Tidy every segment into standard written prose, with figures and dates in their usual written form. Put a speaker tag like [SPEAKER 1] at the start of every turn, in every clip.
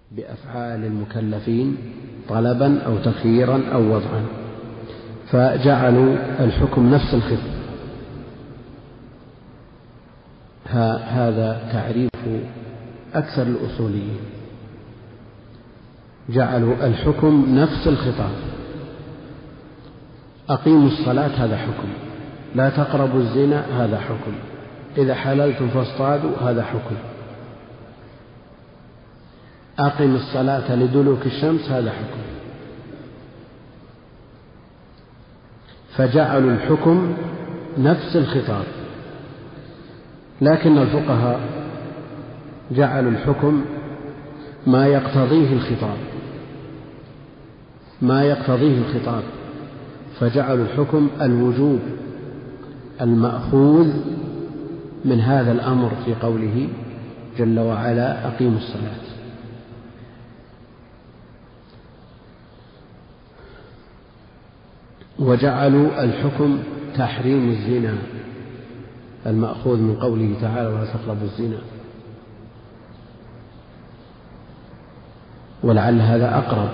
[SPEAKER 1] بأفعال المكلفين طلبا أو تخييرا أو وضعا، فجعلوا الحكم نفس الخطاب. هذا تعريف أكثر الأصوليين، جعلوا الحكم نفس الخطاب. أقيموا الصلاة هذا حكم، لا تقربوا الزنا هذا حكم، إذا حللتم فاصطادوا هذا حكم، أقم الصلاة لدلوك الشمس هذا حكم. فجعلوا الحكم نفس الخطاب، لكن الفقهاء جعلوا الحكم ما يقتضيه الخطاب، فجعلوا الحكم الوجوب المأخوذ من هذا الأمر في قوله جل وعلا أقيموا الصلاة. وجعلوا الحكم تحريم الزنا المأخوذ من قوله تعالى ولا تقربوا الزنا، ولعل هذا أقرب.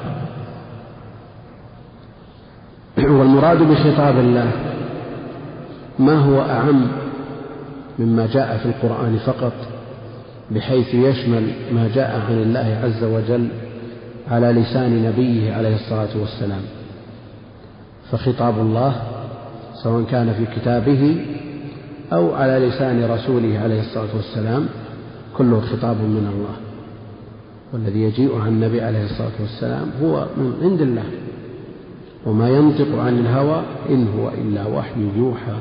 [SPEAKER 1] والمراد بخطاب الله ما هو أعم مما جاء في القرآن فقط، بحيث يشمل ما جاء عن الله عز وجل على لسان نبيه عليه الصلاة والسلام. فخطاب الله سواء كان في كتابه أو على لسان رسوله عليه الصلاة والسلام كله خطاب من الله، والذي يجيء عن النبي عليه الصلاة والسلام هو من عند الله، وما ينطق عن الهوى إن هو إلا وحي يوحى.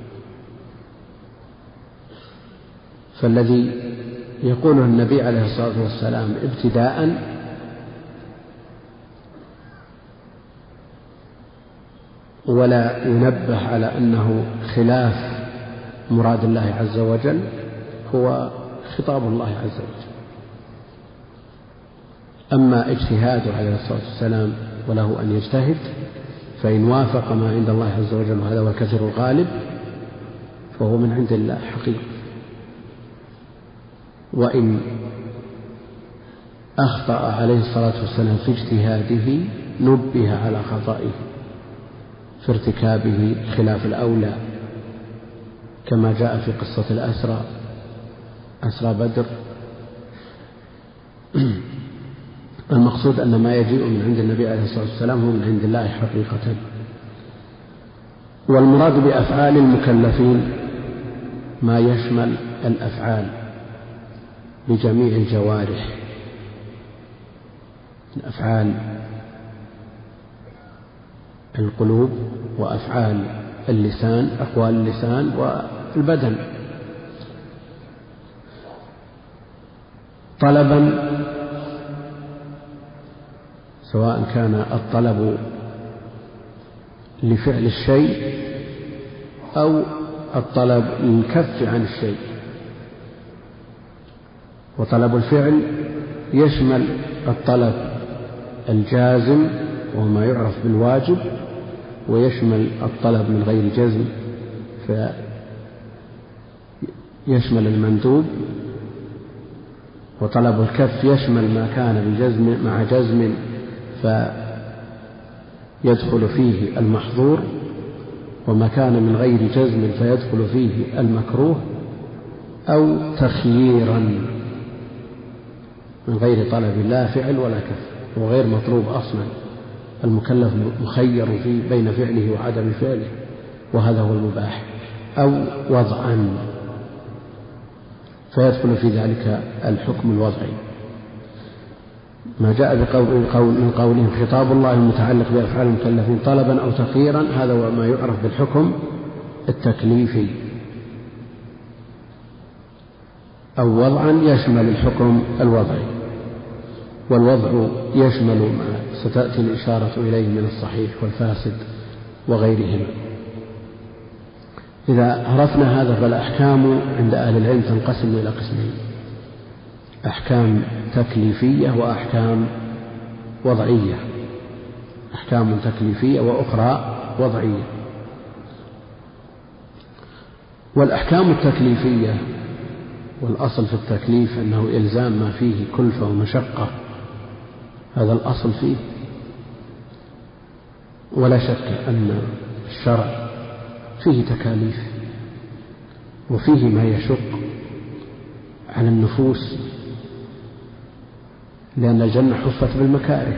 [SPEAKER 1] فالذي يقوله النبي عليه الصلاة والسلام ابتداء ولا ينبه على أنه خلاف مراد الله عز وجل هو خطاب الله عز وجل. أما اجتهاده عليه الصلاة والسلام وله أن يجتهد، فإن وافق ما عند الله عز وجل وهذا هو الكثير الغالب فهو من عند الله حقيقة، وإن أخطأ عليه الصلاة والسلام في اجتهاده نبه على خطئه في ارتكابه خلاف الأولى، كما جاء في قصة أسرى بدر. المقصود أن ما يجيء من عند النبي عليه الصلاة والسلام هو من عند الله حقيقة. والمراد بأفعال المكلفين ما يشمل الأفعال بجميع الجوارح، أفعال القلوب وأفعال اللسان، أقوال اللسان والبدن، طلبا سواء كان الطلب لفعل الشيء أو الطلب للكف عن الشيء. وطلب الفعل يشمل الطلب الجازم وهو ما يعرف بالواجب، ويشمل الطلب من غير جزم فيشمل المندوب، وطلب الكف يشمل ما كان بجزم مع جزم فيدخل فيه المحظور، وما كان من غير جزم فيدخل فيه المكروه، أو تخييرا من غير طلب لا فعل ولا كف وغير مطلوب أصلا، المكلف مخير فيه بين فعله وعدم فعله وهذا هو المباح، أو وضعا فيدخل في ذلك الحكم الوضعي. ما جاء من قولهم خطاب الله المتعلق بأفعال المكلفين طلبا أو تخييرا، هذا هو ما يعرف بالحكم التكليفي. أو وضعا يشمل الحكم الوضعي، والوضع يشمل ما ستأتي الإشارة إليه من الصحيح والفاسد وغيرهما. إذا عرفنا هذا فالأحكام عند أهل العلم تنقسم إلى قسمين: أحكام تكليفية وأحكام وضعية، أحكام تكليفية وأخرى وضعية. والأحكام التكليفية والأصل في التكليف أنه إلزام ما فيه كلفة ومشقة هذا الأصل فيه. ولا شك أن الشرع فيه تكاليف وفيه ما يشق على النفوس، لأن الجنة حفت بالمكاره.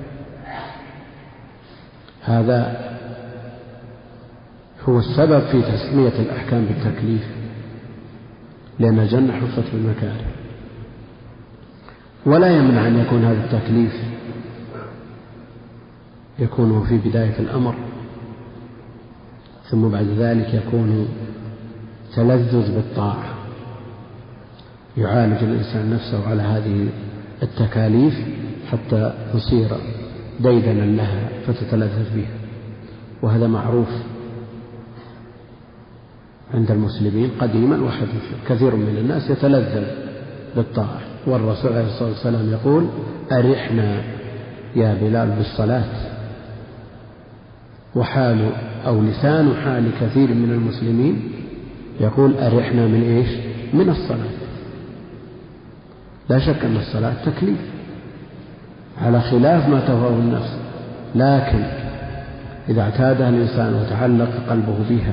[SPEAKER 1] هذا هو السبب في تسمية الأحكام بالتكليف، لأن الجنة حفت بالمكاره. ولا يمنع أن يكون هذا التكليف يكون في بداية الأمر، ثم بعد ذلك يكون تلذذ بالطاعة، يعالج الإنسان نفسه على هذه التكاليف حتى يصير ديدنا لها فتتلذذ بها. وهذا معروف عند المسلمين قديما وحديثا، كثير من الناس يتلذذ بالطاعة. والرسول عليه الصلاة والسلام يقول: أرحنا يا بلال بالصلاة. وحال أو لسان حال كثير من المسلمين يقول: أرحنا من إيش؟ من الصلاة. لا شك أن الصلاة تكليف على خلاف ما تهواه النفس، لكن إذا اعتادها الإنسان وتعلق قلبه بها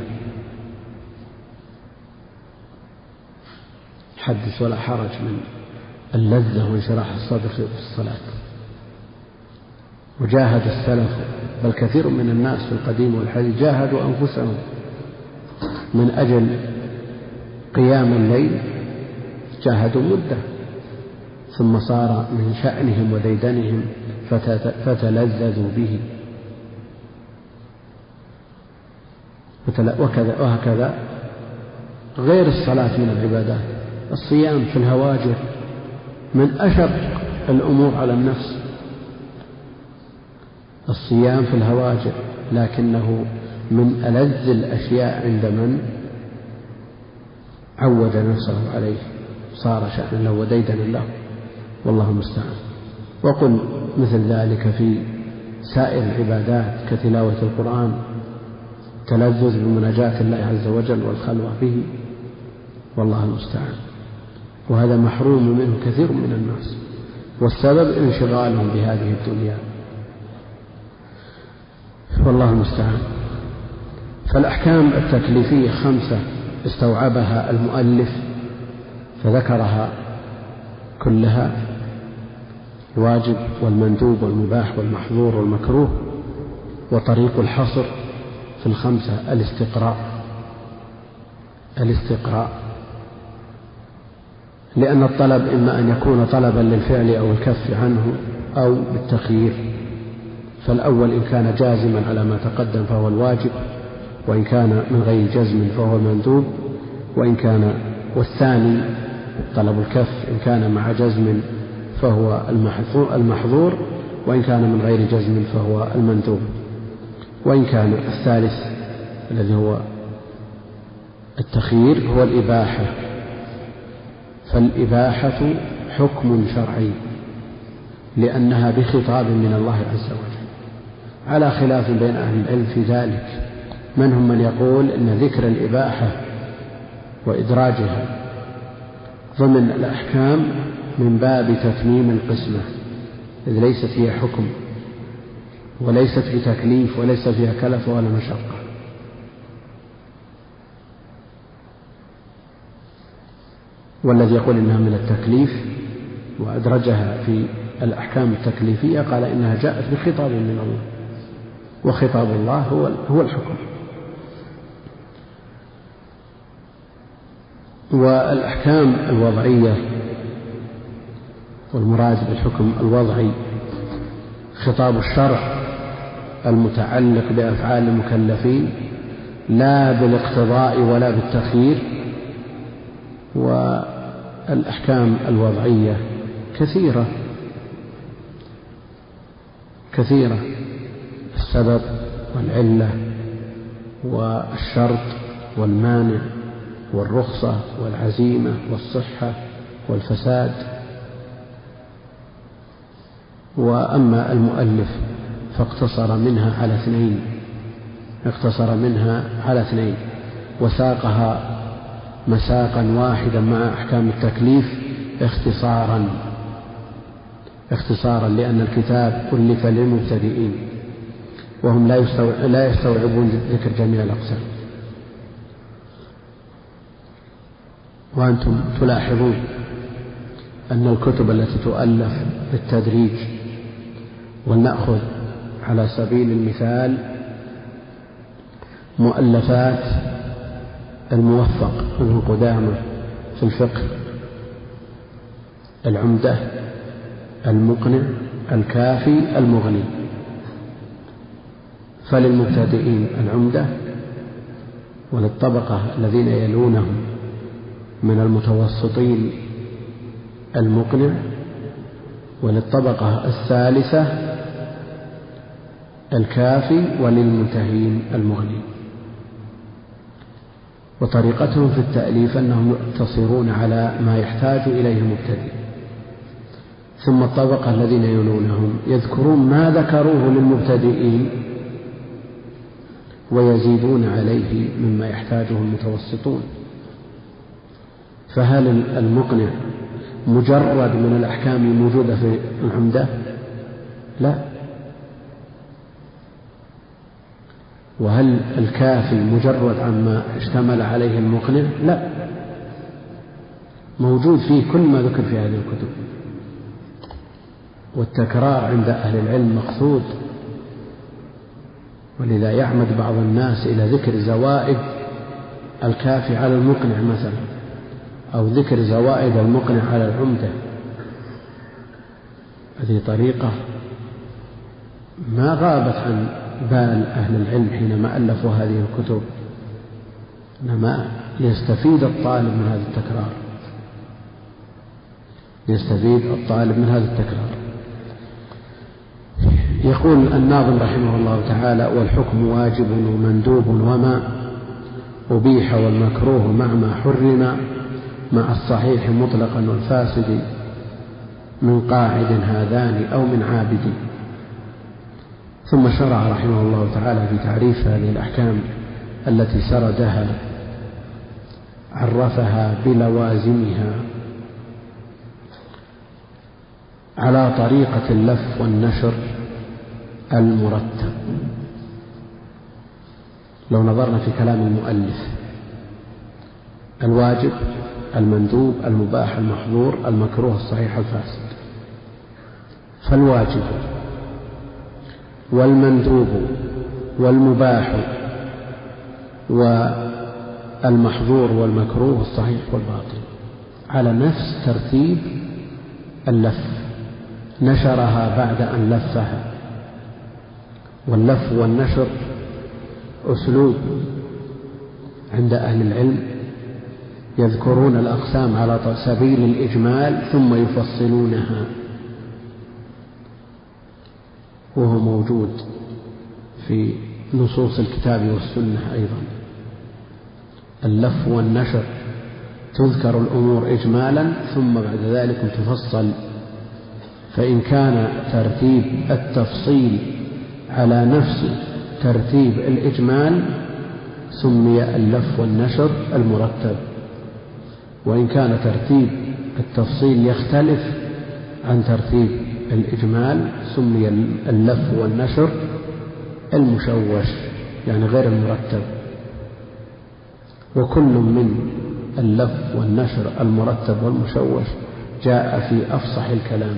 [SPEAKER 1] حدث ولا حرج من اللذة وانشراح الصدر في الصلاة. وجاهد السلف، بل كثير من الناس في القديم والحديث جاهدوا أنفسهم من أجل قيام الليل، جاهدوا مدة، ثم صار من شأنهم وديدنهم فتلذذوا به. وهكذا غير الصلاة من العبادات. الصيام في الهواجر من أشق الأمور على النفس، الصيام في الهواجر، لكنه من ألذ الأشياء عند من عود نفسه عليه، صار شأنا له وديدنا له، والله المستعان. وقل مثل ذلك في سائر العبادات كتلاوة القرآن، تلذذ بمناجاة الله عز وجل والخلوة به، والله المستعان. وهذا محروم منه كثير من الناس، والسبب انشغالهم بهذه الدنيا، والله المستعان. فالأحكام التكليفية 5 استوعبها المؤلف فذكرها كلها: الواجب والمندوب والمباح والمحظور والمكروه. وطريق الحصر في 5 الاستقراء، لأن الطلب إما أن يكون طلبا للفعل أو الكف عنه أو بالتخيير. فالأول إن كان جازما على ما تقدم فهو الواجب، وإن كان من غير جزم فهو المندوب، والثاني طلب الكف إن كان مع جزم فهو المحظور، وإن كان من غير جزم فهو المندوب. وإن كان الثالث الذي هو التخيير هو الإباحة، فالإباحة حكم شرعي لأنها بخطاب من الله عز وجل، على خلاف بين أهل العلم في ذلك. منهم من يقول إن ذكر الإباحة وإدراجها ضمن الأحكام من باب تتميم القسمة، إذ ليست هي حكم وليست بتكليف وليس فيها كلف ولا مشقة. والذي يقول إنها من التكليف وأدرجها في الأحكام التكليفية قال إنها جاءت بخطاب من الله، وخطاب الله هو الحكم. والأحكام الوضعية، والمراد بالحكم الوضعي خطاب الشرع المتعلق بأفعال المكلفين لا بالاقتضاء ولا بالتخيير. والأحكام الوضعية كثيرة، السبب والعلة والشرط والمانع والرخصة والعزيمة والصحة والفساد. وأما المؤلف فاقتصر منها على 2 وساقها مساقا واحدا مع أحكام التكليف اختصارا لأن الكتاب ألف للمبتدئين وهم لا يستوعبون ذكر جميع الأقسام. وأنتم تلاحظون أن الكتب التي تؤلف بالتدريج، ولنأخذ على سبيل المثال مؤلفات الموفق ابن قدامة في الفقه، العمدة، المقنع، الكافي، المغني. فللمبتدئين العمدة، وللطبقة الذين يلونهم من المتوسطين المقنع، وللطبقة الثالثة الكافي، وللمنتهين المغني. وطريقتهم في التأليف أنهم يقتصرون على ما يحتاج إليه المبتدئ، ثم الطبقة الذين يلونهم يذكرون ما ذكروه للمبتدئين ويزيدون عليه مما يحتاجه المتوسطون. فهل المقنع مجرد من الأحكام الموجودة في العمدة؟ لا. وهل الكافي مجرد عما اشتمل عليه المقنع؟ لا، موجود فيه كل ما ذكر في هذه الكتب. والتكرار عند أهل العلم مقصود، ولذا يعمد بعض الناس إلى ذكر زوائد الكافي على المقنع مثلا، أو ذكر زوائد المقنع على العمدة. هذه طريقة ما غابت عن بال أهل العلم حينما ألفوا هذه الكتب، إنما ليستفيد الطالب من هذا التكرار، يستفيد الطالب من هذا التكرار. يقول الناظم رحمه الله تعالى: والحكم واجب ومندوب وما أبيح، والمكروه مع ما حرم، مع الصحيح مطلقا والفاسد، من قاعد هذان أو من عابد. ثم شرع رحمه الله تعالى في تعريف هذه الأحكام التي سردها، عرفها بلوازمها على طريقة اللف والنشر المرتب. لو نظرنا في كلام المؤلف: الواجب، المندوب، المباح، المحظور، المكروه، الصحيح، الفاسد. فالواجب والمندوب والمباح والمحظور والمكروه الصحيح والباطل على نفس ترتيب اللف، نشرها بعد أن لفها. واللف والنشر أسلوب عند أهل العلم، يذكرون الأقسام على سبيل الإجمال ثم يفصلونها، وهو موجود في نصوص الكتاب والسنة أيضا. اللف والنشر تذكر الأمور إجمالا ثم بعد ذلك تفصل، فإن كان ترتيب التفصيل على نفس ترتيب الإجمال سمي اللف والنشر المرتب، وإن كان ترتيب التفصيل يختلف عن ترتيب الإجمال سمي اللف والنشر المشوش، يعني غير المرتب. وكل من اللف والنشر المرتب والمشوش جاء في أفصح الكلام،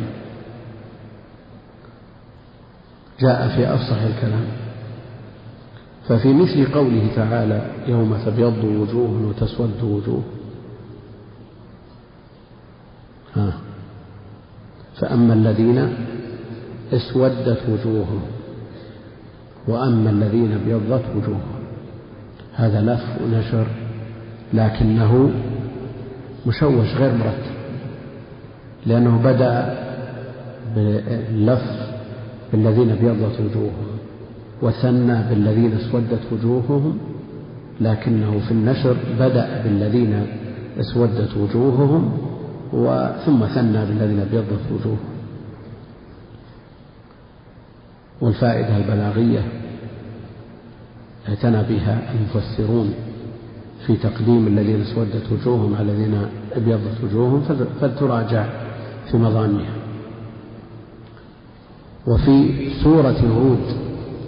[SPEAKER 1] ففي مثل قوله تعالى: يوم تبيض وجوه وتسود وجوه، فأما الذين اسودت وجوههم وأما الذين ابيضت وجوههم، هذا لف ونشر لكنه مشوش غير مرتب، لأنه بدأ باللف بالذين ابيضت وجوههم وثنى بالذين اسودت وجوههم، لكنه في النشر بدأ بالذين اسودت وجوههم ثم ثنى بالذين ابيضت وجوههم. والفائدة البلاغية اعتنى بها المفسرون في تقديم الذين اسودت وجوههم على الذين ابيضت وجوههم، فلتراجع في مضامها. وفي سورة هود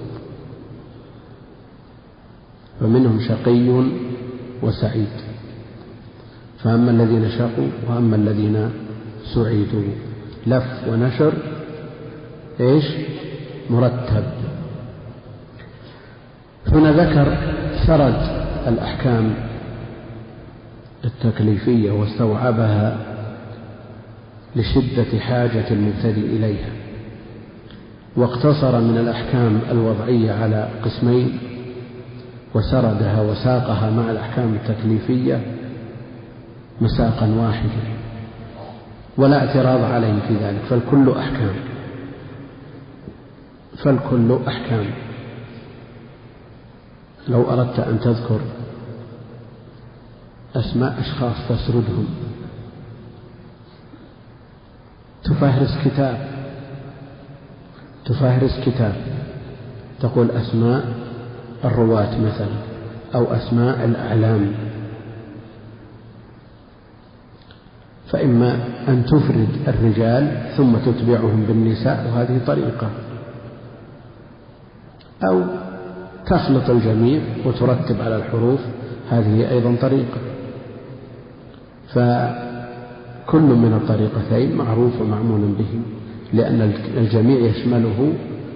[SPEAKER 1] فمنهم شقي وسعيد، فأما الذين شقوا وأما الذين سعيدوا، لف ونشر إيش مرتب. هنا ذكر سرد الأحكام التكليفية واستوعبها لشدة حاجة المبتدئ إليها، واقتصر من الأحكام الوضعية على قسمين، وسردها وساقها مع الأحكام التكليفية مساقا واحدا، ولا اعتراض عليه في ذلك، فالكل أحكام. لو أردت أن تذكر أسماء أشخاص تسردهم، تفهرس كتاب تقول أسماء الرواة مثلا، أو أسماء الأعلام، فإما أن تفرد الرجال ثم تتبعهم بالنساء وهذه طريقة، أو تخلط الجميع وترتب على الحروف، هذه أيضا طريقة. فكل من الطريقتين معروف ومعمول به، لأن الجميع يشمله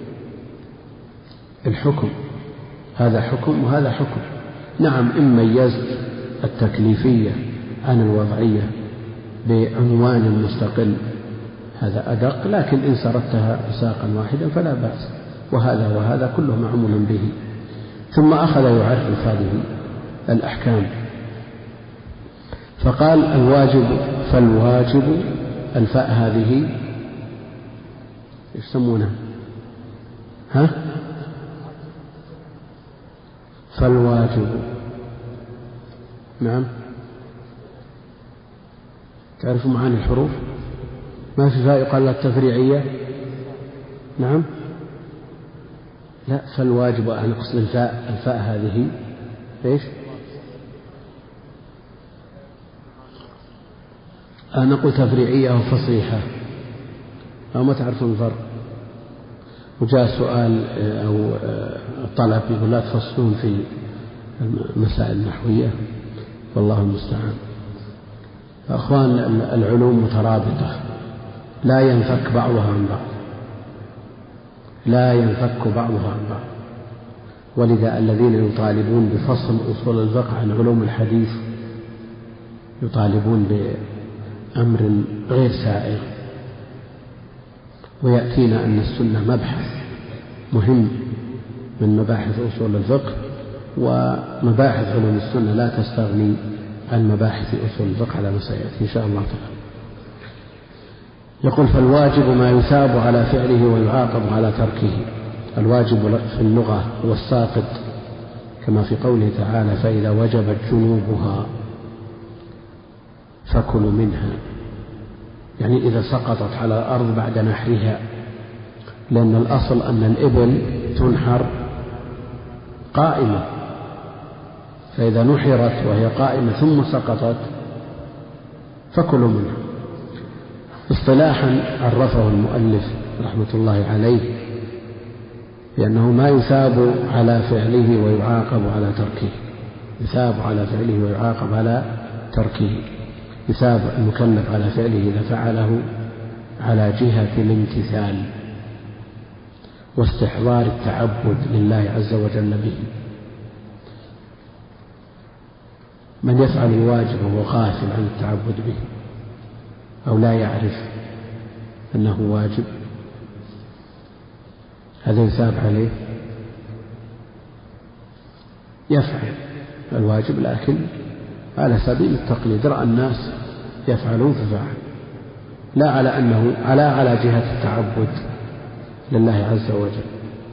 [SPEAKER 1] الحكم، هذا حكم وهذا حكم. نعم، إن ميزت التكليفية عن الوضعية بعنوان مستقل هذا أدق، لكن إن سردتها مساقا واحدا فلا بأس، وهذا كله معمول به. ثم أخذ يعرف هذه الأحكام، فقال فالواجب الفاء هذه يسمونها فالواجب، نعم، تعرفوا معاني الحروف؟ ما في فاء يقال لها التفريعية، نعم، لا، فالواجب أنا قصد الفاء هذه إيش؟ أنا قلت تفريعية وفصيحة، أو ما تعرفون الفرق؟ وجاء سؤال أو طلب يقول لا تفصلون في المسائل النحوية، والله المستعان. أخوان، العلوم مترابطة لا ينفك بعضها عن بعض، ولذا الذين يطالبون بفصل أصول الفقه عن علوم الحديث يطالبون بأمر غير سائغ. ويأتينا أن السنة مبحث مهم من مباحث أصول الفقه، ومباحث علوم السنة لا تستغني عن مباحث أصول الفقه على ما سيأتي إن شاء الله تعالى. يقول فالواجب ما يثاب على فعله ويعاقب على تركه. الواجب في اللغة هو الساقط، كما في قوله تعالى فإذا وجبت جنوبها فكلوا منها، يعني إذا سقطت على الأرض بعد نحرها، لأن الأصل أن الإبل تنحر قائمة، فإذا نحرت وهي قائمة ثم سقطت فكلوا منها. اصطلاحا عرفه المؤلف رحمة الله عليه بأنه ما يثاب على فعله ويعاقب على تركه. يثاب على فعله ويعاقب على تركه. يثاب المكلف على فعله إذا فعله على جهة الامتثال واستحضار التعبد لله عز وجل به. من يفعل الواجب وهو غافل عن التعبد به أو لا يعرف أنه واجب، هذا يثاب عليه. يفعل الواجب لكن على سبيل التقليد، رأى الناس يفعلون ففعل، لا على أنه على جهة التعبد لله عز وجل.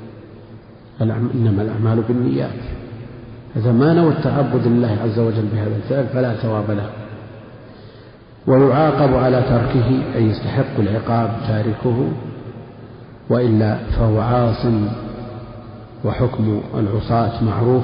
[SPEAKER 1] إنما الأعمال بالنيات، إذا ما نوى التعبد لله عز وجل بهذا الفعل فلا ثواب له. ويعاقب على تركه أي يستحق العقاب تاركه، وإلا فهو عاص، وحكم العصاة معروف،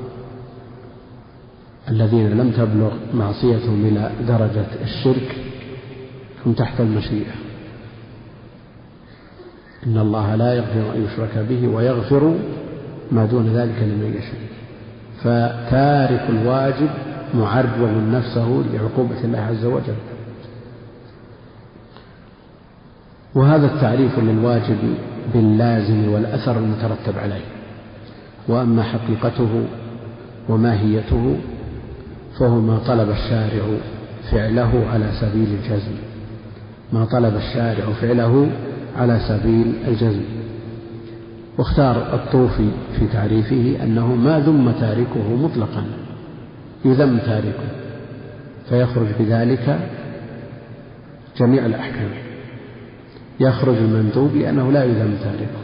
[SPEAKER 1] الذين لم تبلغ معصيتهم إلى درجة الشرك هم تحت المشيئة. إن الله لا يغفر أن يشرك به ويغفر ما دون ذلك لمن يشاء. فتارك الواجب معرض نفسه لعقوبة الله عز وجل. وهذا التعريف للواجب باللازم والأثر المترتب عليه. وأما حقيقته وماهيته فهو ما طلب الشارع فعله على سبيل الجزم، ما طلب الشارع فعله على سبيل الجزم. واختار الطوفي في تعريفه أنه ما ذم تاركه مطلقا، يذم تاركه فيخرج بذلك جميع الأحكام. يخرج المندوب لأنه لا يذم تاركه،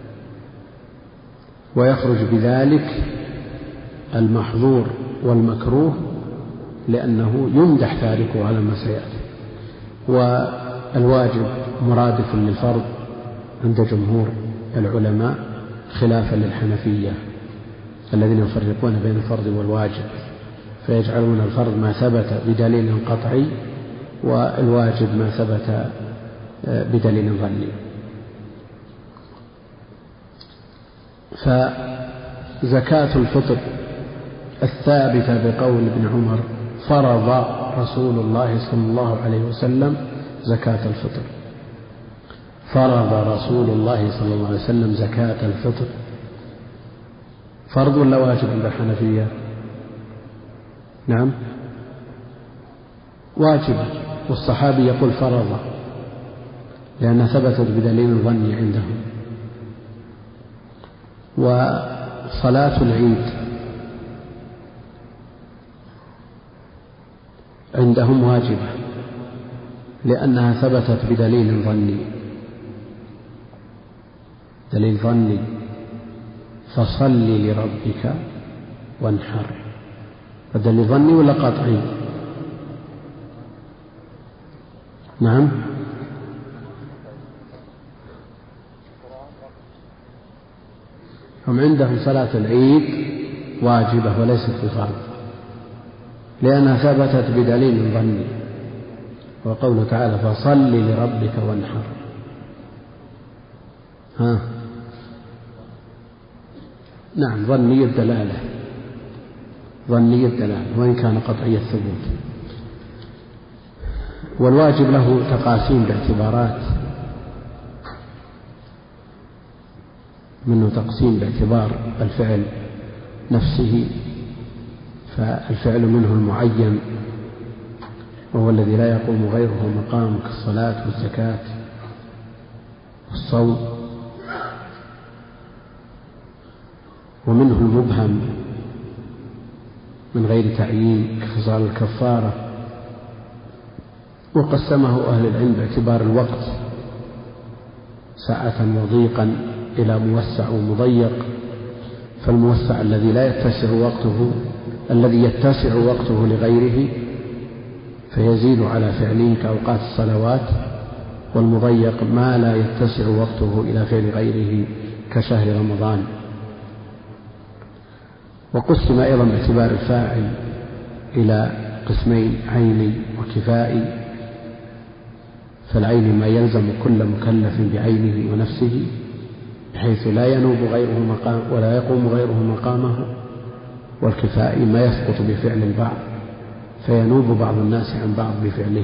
[SPEAKER 1] ويخرج بذلك المحظور والمكروه لأنه يمدح تاركه على ما سيأتي. والواجب مرادف للفرض عند جمهور العلماء خلافا للحنفية الذين يفرقون بين الفرض والواجب، فيجعلون الفرض ما ثبت بدليل قطعي والواجب ما ثبت بدليل ظني. فزكاة الفطر الثابتة بقول ابن عمر فرض رسول الله صلى الله عليه وسلم زكاة الفطر، فرض رسول الله صلى الله عليه وسلم زكاة الفطر، فرض ولا واجب عند الحنفية؟ نعم واجب، والصحابي يقول فرض لأنها ثبتت بدليل ظني عندهم. وصلاة العيد عندهم واجبة لأنها ثبتت بدليل ظني، دليل ظني فصل لربك وانحر. فدليل ظني ولا قطعي؟ نعم هم عندهم صلاة العيد واجبة وليست بفرض لأنها ثبتت بدليل ظني، وقوله تعالى فصل لربك وانحر. نعم ظني الدلالة، ظني الدلالة وإن كان قطعي الثبوت. والواجب له تقاسيم باعتبارات، منه تقسيم باعتبار الفعل نفسه، فالفعل منه المعين وهو الذي لا يقوم غيره مقام كالصلاة والزكاة والصوم، ومنه المبهم من غير تعيين كخصال الكفارة. وقسمه أهل العلم باعتبار الوقت سعة وضيقا إلى موسع ومضيق، فالموسع الذي لا يتسع وقته، الذي يتسع وقته لغيره فيزيد على فعله كأوقات الصلوات، والمضيق ما لا يتسع وقته إلى فعل غيره كشهر رمضان. وقسم أيضا باعتبار الفاعل إلى قسمين عيني وكفائي، فالعين ما يلزم كل مكلف بعينه ونفسه بحيث لا ينوب غيره مقام ولا يقوم غيره مقامه، والكفائي ما يسقط بفعل البعض فينوب بعض الناس عن بعض بفعله.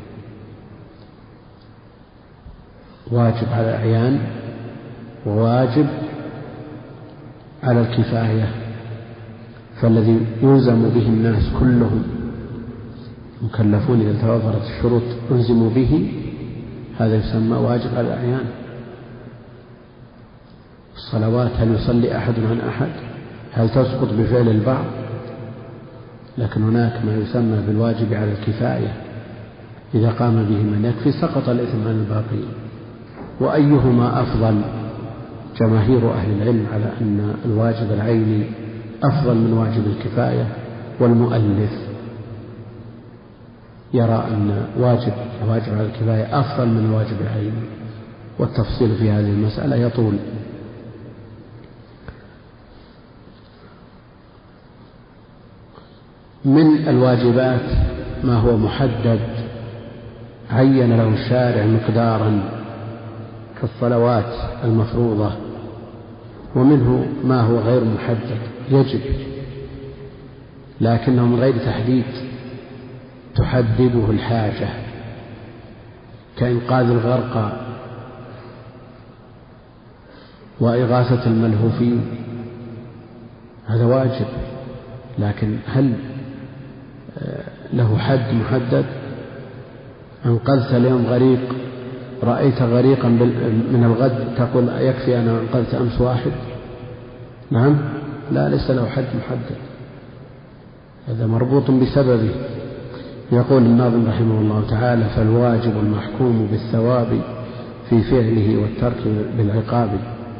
[SPEAKER 1] واجب على الأعيان وواجب على الكفاية، فالذي يلزم به الناس كلهم مكلفون إذا توفرت الشروط ألزموا به، هذا يسمى واجب على الأعيان. الصلوات هل يصلي أحد عن أحد؟ هل تسقط بفعل البعض؟ لكن هناك ما يسمى بالواجب على الكفاية، إذا قام به من يكفي سقط الإثم عن الباقين. وأيهما أفضل؟ جماهير أهل العلم على أن الواجب العيني أفضل من واجب الكفاية، والمؤلف يرى أن الواجب على الكفاية أفضل من الواجب العيني، والتفصيل في هذه المسألة يطول. من الواجبات ما هو محدد عين له الشارع مقدارا كالصلوات المفروضة، ومنه ما هو غير محدد يجب لكنه من غير تحديد تحدده الحاجة، كإنقاذ الغرقى وإغاثة الملهوفين، هذا واجب، لكن هل له حد محدد؟ أنقذت اليوم غريق، رأيت غريقا من الغد تقول يكفي أنا أنقذت أمس واحد؟ نعم، لا، ليس له حد محدد، هذا مربوط بسببه. يقول الناظم رحمه الله تعالى: فالواجب المحكوم بالثواب في فعله والترك بالعقاب.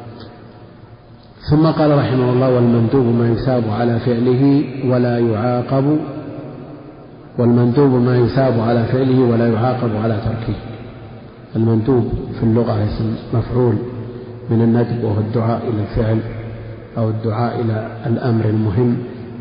[SPEAKER 1] ثم قال رحمه الله: والمندوب ما يثاب على فعله ولا يعاقب، والمندوب ما يثاب على فعله ولا يعاقب على تركه. المندوب في اللغة اسم مفعول من الندب، وهو الدعاء إلى الفعل أو الدعاء إلى الأمر المهم.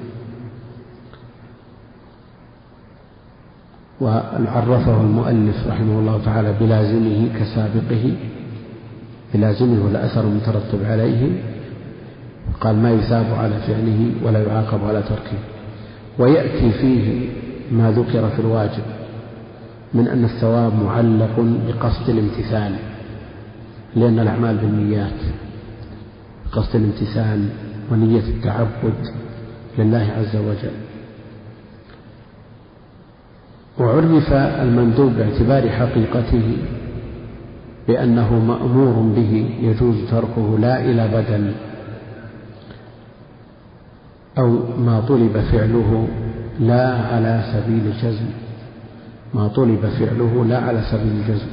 [SPEAKER 1] وعرفه المؤلف رحمه الله تعالى بلازمه كسابقه، بلازمه والأثر المترتب عليه، قال: ما يثاب على فعله ولا يعاقب على تركه. ويأتي فيه ما ذكر في الواجب من أن الثواب معلق بقصد الامتثال، لأن الأعمال بالنيات، قصد الامتثال ونية التعبد لله عز وجل. وعرف المندوب باعتبار حقيقته بأنه مأمور به يجوز تركه لا إلى بدل، أو ما طلب فعله لا على سبيل الجزم، ما طلب فعله لا على سبيل الجزم،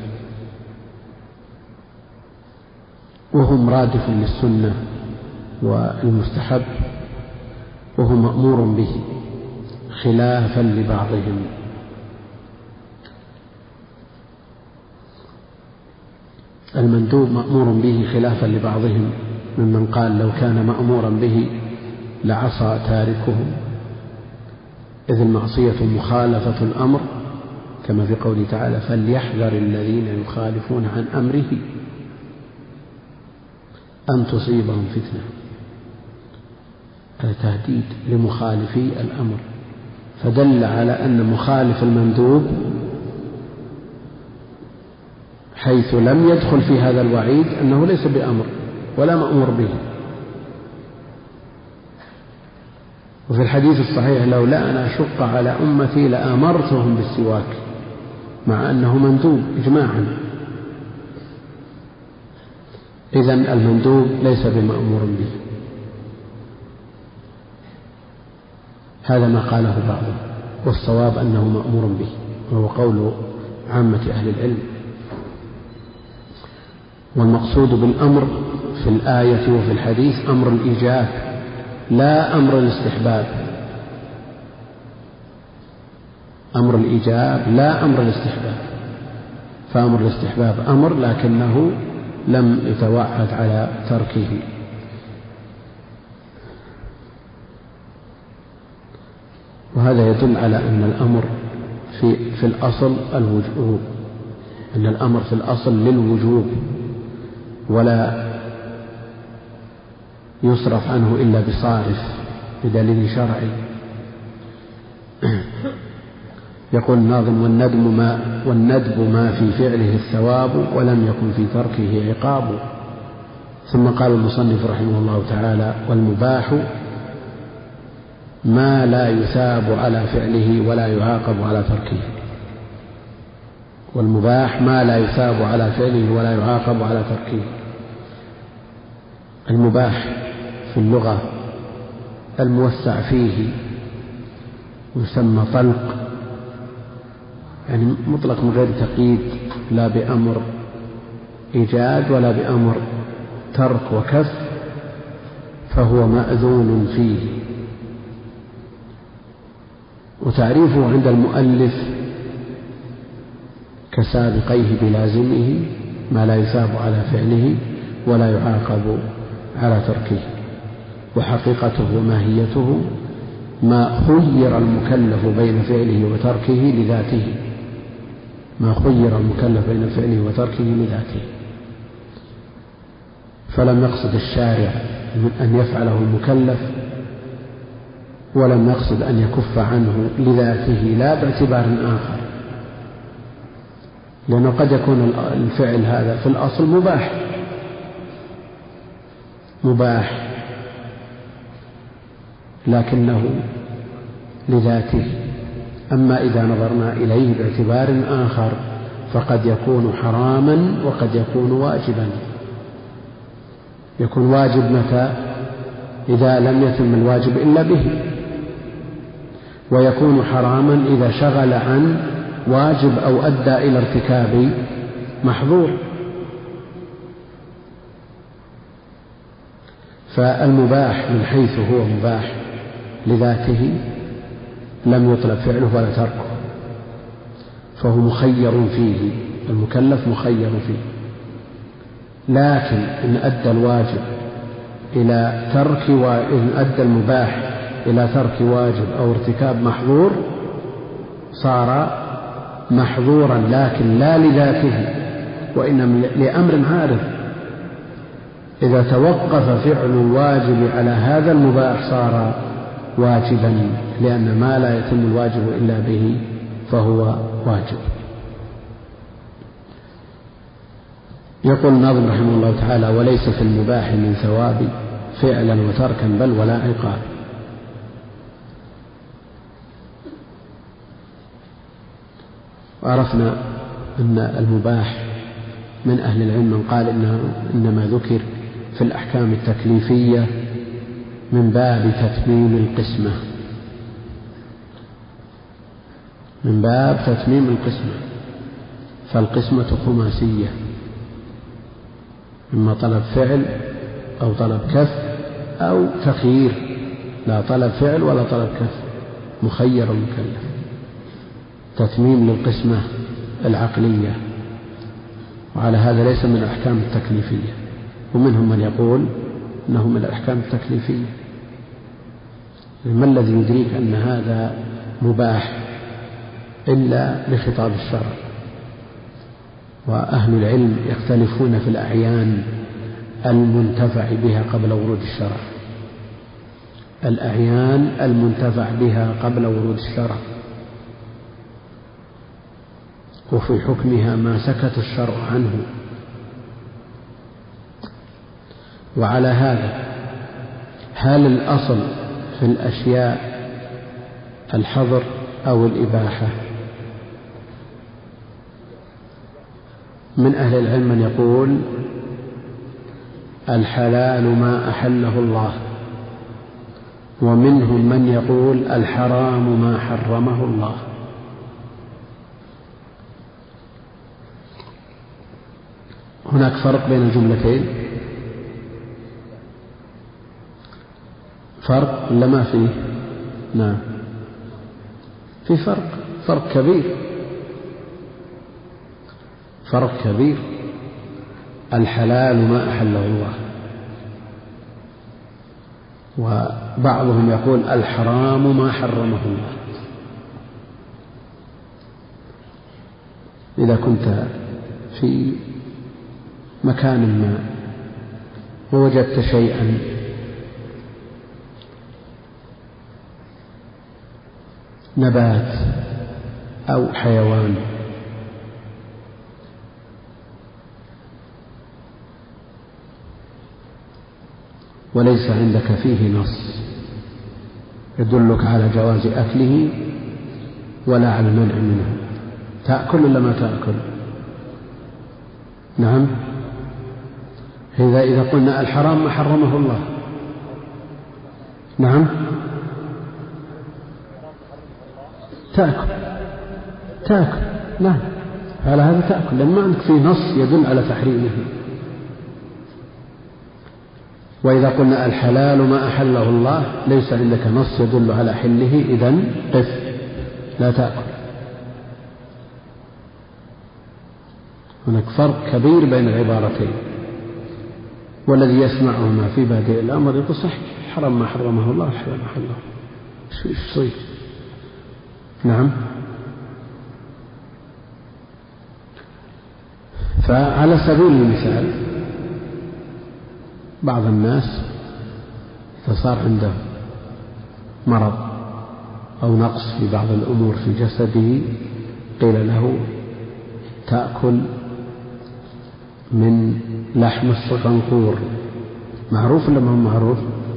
[SPEAKER 1] وهو مرادف للسنة والمستحب، وهو مأمور به خلافا لبعضهم. المندوب مأمور به خلافا لبعضهم ممن قال لو كان مأمورا به لعصى تاركه، إذ المعصية مخالفة الأمر، كما في قوله تعالى: فليحذر الذين يخالفون عن أمره أن تصيبهم فتنة. هذا تهديد لمخالفي الأمر، فدل على أن مخالف المندوب حيث لم يدخل في هذا الوعيد أنه ليس بأمر ولا مأمور به. وفي الحديث الصحيح: لولا أن أشق على أمتي لأمرتهم بالسواك، مع أنه مندوب إجماعا. إذن المندوب ليس بمأمور به، هذا ما قاله بعضهم، والصواب أنه مأمور به، وهو قول عامة أهل العلم. والمقصود بالأمر في الآية وفي الحديث أمر الإيجاب لا أمر الاستحباب، أمر الإيجاب لا أمر الاستحباب، فأمر الاستحباب أمر لكنه لم يتوعد على تركه. وهذا يدل على أن الأمر في الأصل الوجوب، أن الأمر في الأصل للوجوب ولا يصرف عنه إلا بصارف بدليل شرعي. يقول الناظم: والندب ما في فعله الثواب ولم يكن في تركه عقاب. ثم قال المصنف رحمه الله تعالى: والمباح ما لا يثاب على فعله ولا يعاقب على تركه. والمباح ما لا يثاب على فعله ولا يعاقب على تركه. المباح في اللغة الموسع فيه يسمى طلق، يعني مطلق من غير تقييد، لا بأمر إيجاد ولا بأمر ترك وكف، فهو مأذون فيه. وتعريفه عند المؤلف كسابقيه بلازمه ما لا يثاب على فعله ولا يعاقب على تركه. وحقيقته وماهيته ما خير المكلف بين فعله وتركه لذاته، ما خير المكلف بين فعله وتركه لذاته. فلم يقصد الشارع من أن يفعله المكلف، ولم يقصد أن يكف عنه لذاته لا باعتبار آخر، لأنه قد يكون الفعل هذا في الأصل مباح لكنه لذاته. أما إذا نظرنا إليه باعتبار آخر فقد يكون حراما وقد يكون واجبا. يكون واجب متى؟ إذا لم يتم الواجب إلا به، ويكون حراما إذا شغل عن واجب أو أدى إلى ارتكاب محظور. فالمباح من حيث هو مباح لذاته لم يطلب فعله ولا تركه، فهو مخير فيه، المكلف مخير فيه. لكن إن أدى الواجب إلى ترك إن أدى المباح إلى ترك واجب أو ارتكاب محظور صار محظورا، لكن لا لذاته وإنما لأمر عارض. إذا توقف فعل الواجب على هذا المباح صار واجبا، لأن ما لا يتم الواجب إلا به فهو واجب. يقول الناظم رحمه الله تعالى: وليس في المباح من ثواب فعلا وتركا بل ولا عقاب. وعرفنا أن المباح من أهل العلم من قال إنما ذكر في الأحكام التكليفية من باب تتميم القسمة، من باب تتميم القسمة، فالقسمة خماسية، إما طلب فعل أو طلب كف أو تخيير، لا طلب فعل ولا طلب كف، مخير المكلف، تتميم للقسمة العقلية. وعلى هذا ليس من الأحكام التكليفية، ومنهم من يقول إنه من الأحكام التكليفية. ما الذي يدريك أن هذا مباح إلا لخطاب الشرع؟ وأهل العلم يختلفون في الأعيان المنتفع بها قبل ورود الشرع، الأعيان المنتفع بها قبل ورود الشرع، وفي حكمها ما سكت الشرع عنه. وعلى هذا هل الأصل في الأشياء الحظر أو الإباحة؟ من أهل العلم من يقول الحلال ما أحله الله، ومنهم من يقول الحرام ما حرمه الله. هناك فرق بين الجملتين؟ فرق ولا ما فيه؟ نعم في فرق كبير، فرق كبير. الحلال ما أحله الله، وبعضهم يقول الحرام ما حرمه الله. إذا كنت في مكان ما ووجدت شيئا نبات أو حيوان وليس عندك فيه نص يدلك على جواز أكله ولا على المنع منه، تأكل ولا ما تأكل؟ نعم. إذا قلنا الحرام ما حرمه الله، نعم تأكل، نعم على هذا تأكل، لأن ما عندك فيه نص يدل على تحريمه. وإذا قلنا الحلال ما أحله الله ليس عندك نص يدل على حله، إذن قف لا تأكل. هناك فرق كبير بين العبارتين، والذي يسمعهما في بادئ الأمر يقول صح، حرم ما حرمه الله، حرم ما حرمه الله، إيش صير؟ نعم. فعلى سبيل المثال بعض الناس إذا صار عنده مرض أو نقص في بعض الأمور في جسده قيل له تأكل من لحم الصقنقور. معروف ولا ما هو معروف؟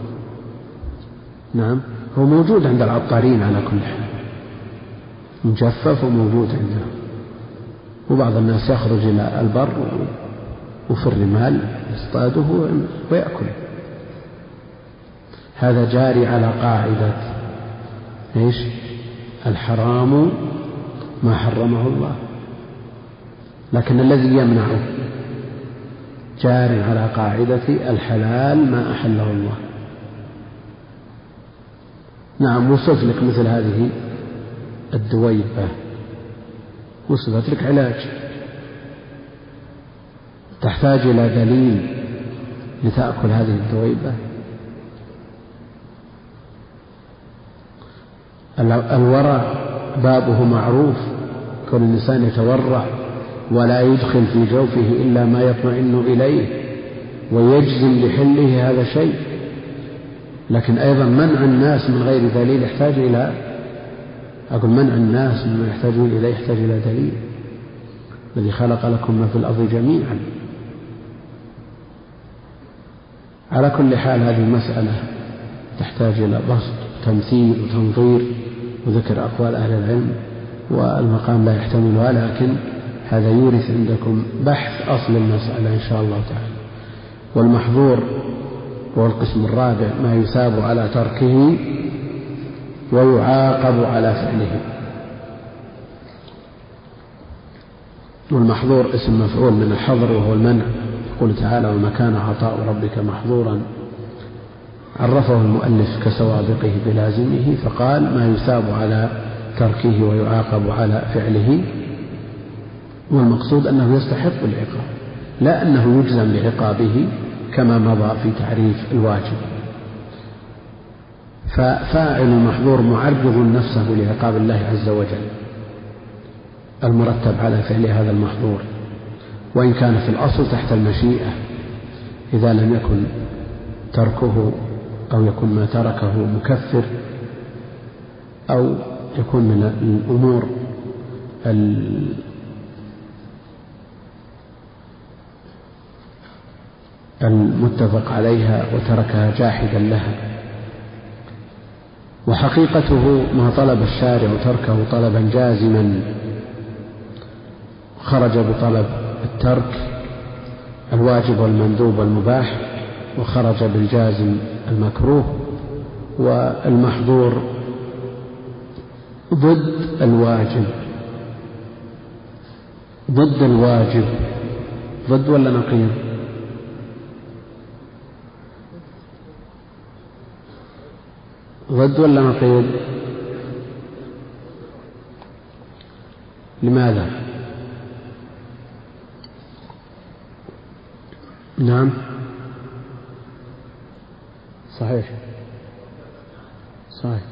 [SPEAKER 1] نعم، هو موجود عند العطارين على كل حال، مجفف وموجود عندهم، وبعض الناس يخرج إلى البر وفي الرمال يصطاده ويأكل. هذا جاري على قاعدة إيش؟ الحرام ما حرمه الله، لكن الذي يمنعه جار على قاعدة الحلال ما أحله الله. نعم، وصف لك مثل هذه الدويبة، وصفت لك علاج، تحتاج إلى دليل لتأكل هذه الدويبة. الورع بابه معروف، كل الإنسان يتورع ولا يدخل في جوفه إلا ما يطمئن إليه ويجزم بحله، هذا شيء. لكن أيضا منع الناس من غير دليل يحتاج إلى، أقول منع الناس مما يحتاجون إليه يحتاج إلى دليل. الذي خلق لكم ما في الأرض جميعا. على كل حال هذه المسألة تحتاج إلى بسط تمثيل وتنظير وذكر أقوال أهل العلم، والمقام لا يحتملها، لكن هذا يورث عندكم بحث أصل المسألة إن شاء الله تعالى. والمحظور هو القسم الرابع، ما يثاب على تركه ويعاقب على فعله. والمحظور اسم مفعول من الحظر وهو المنع. يقول تعالى: وما كان عطاء ربك محظورا. عرفه المؤلف كسوابقه بلازمه، فقال ما يثاب على تركه ويعاقب على فعله، والمقصود أنه يستحق العقاب، لا أنه يجزم بعقابه كما مضى في تعريف الواجب. ففاعل المحظور معرض نفسه لعقاب الله عز وجل المرتب على فعل هذا المحظور، وإن كان في الأصل تحت المشيئة إذا لم يكن تركه أو يكون ما تركه مكفر، أو يكون من الأمور المتفق عليها وتركها جاحدا لها. وحقيقته ما طلب الشارع تركه طلبا جازما، خرج بطلب الترك الواجب والمندوب والمباح، وخرج بالجازم المكروه. والمحظور ضد الواجب، ضد الواجب، ضد ولا نقيض؟ ضد ولا نقيض؟ لماذا؟ نعم صحيح صحيح،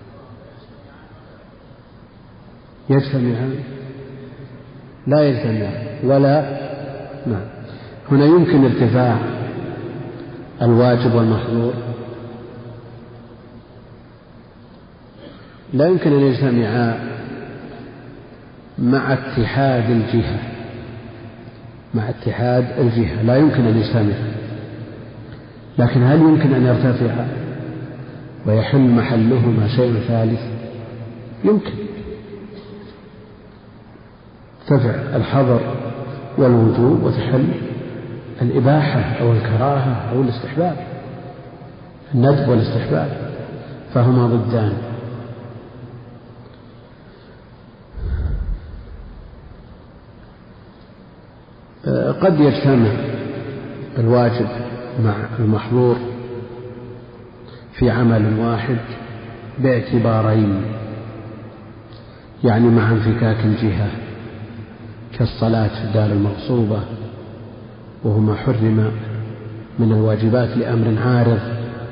[SPEAKER 1] يجتمعان؟ لا يجتمعان ولا. نعم، هنا يمكن ارتفاع الواجب والمحظور، لا يمكن أن يجتمعا مع اتحاد الجهة، مع اتحاد الجهة لا يمكن أن يجتمع. لكن هل يمكن أن يرتفع ويحل محلهما شيء ثالث؟ يمكن ترتفع الحظر والوجوب وتحل الإباحة أو الكراهة أو الاستحباب، الندب والاستحباب، فهما ضدان. قد يجتمع الواجب مع المحظور في عمل واحد باعتبارين، يعني مع انفكاك الجهة، كالصلاة في الدار المغصوبة، وهما حرم من الواجبات لأمر عارض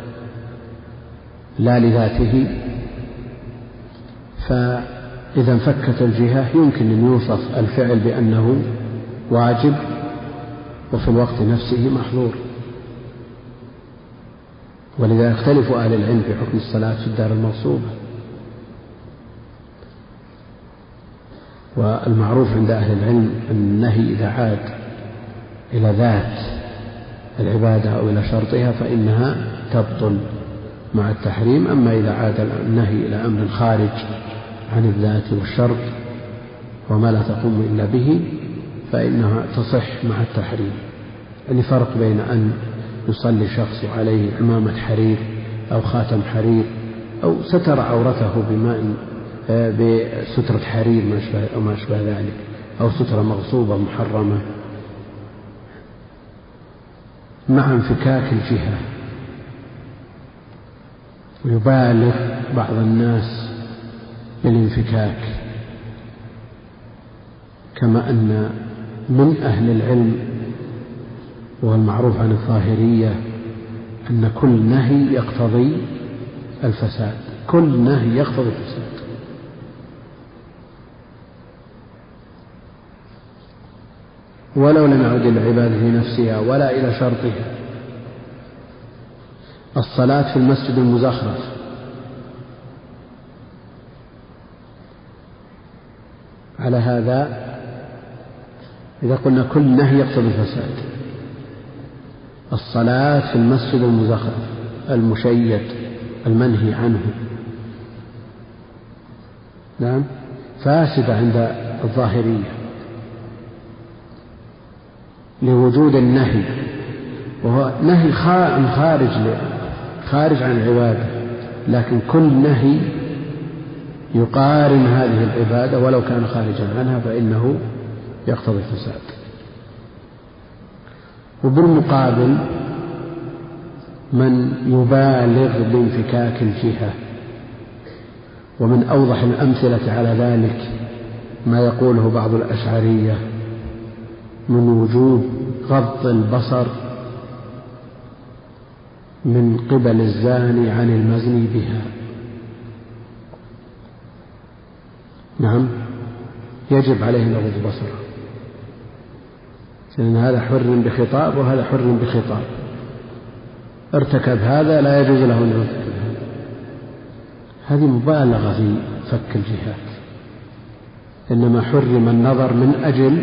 [SPEAKER 1] لا لذاته، فإذا انفكت الجهة يمكن أن يوصف الفعل بأنه واجب وفي الوقت نفسه محظور. ولذا يختلف أهل العلم في حكم الصلاة في الدار المغصوبة. والمعروف عند أهل العلم أن النهي إذا عاد إلى ذات العبادة أو إلى شرطها فإنها تبطل مع التحريم. أما إذا عاد النهي إلى أمر خارج عن الذات والشرط وما لا تقوم إلا به فإنها تصح مع التحريم. يعني فرق بين أن يصلي شخص عليه عمامة حرير أو خاتم حرير أو ستر عورته بسترة حرير أو ما أشبه ذلك، أو سترة مغصوبة محرمة، مع انفكاك الجهة. ويبالغ بعض الناس بالانفكاك، كما أن من أهل العلم والمعروف عن الظاهرية أن كل نهي يقتضي الفساد، كل نهي يقتضي الفساد. ولو لم يعد إلى العبادة نفسها ولا إلى شرطها. الصلاة في المسجد المزخرف، على هذا إذا قلنا كل نهي يقتضي الفساد، الصلاة في المسجد المزخرف المشيد المنهي عنه نعم فاسدة عند الظاهرية لوجود النهي، وهو نهي خارج عن العبادة، لكن كل نهي يقارن هذه العبادة ولو كان خارجا عنها فإنه يقتضي الفساد. وبالمقابل من يبالغ بانفكاك الجهة، ومن أوضح الأمثلة على ذلك ما يقوله بعض الأشعرية من وجوب غض البصر من قبل الزاني عن المزني بها. نعم يجب عليه أن يغض بصره، لأن هذا حر بخطاب وهذا حر بخطاب، ارتكب هذا لا يجوز له أن يرتكب هذا. هذه مبالغة في فك الجهات، إنما حرم النظر من أجل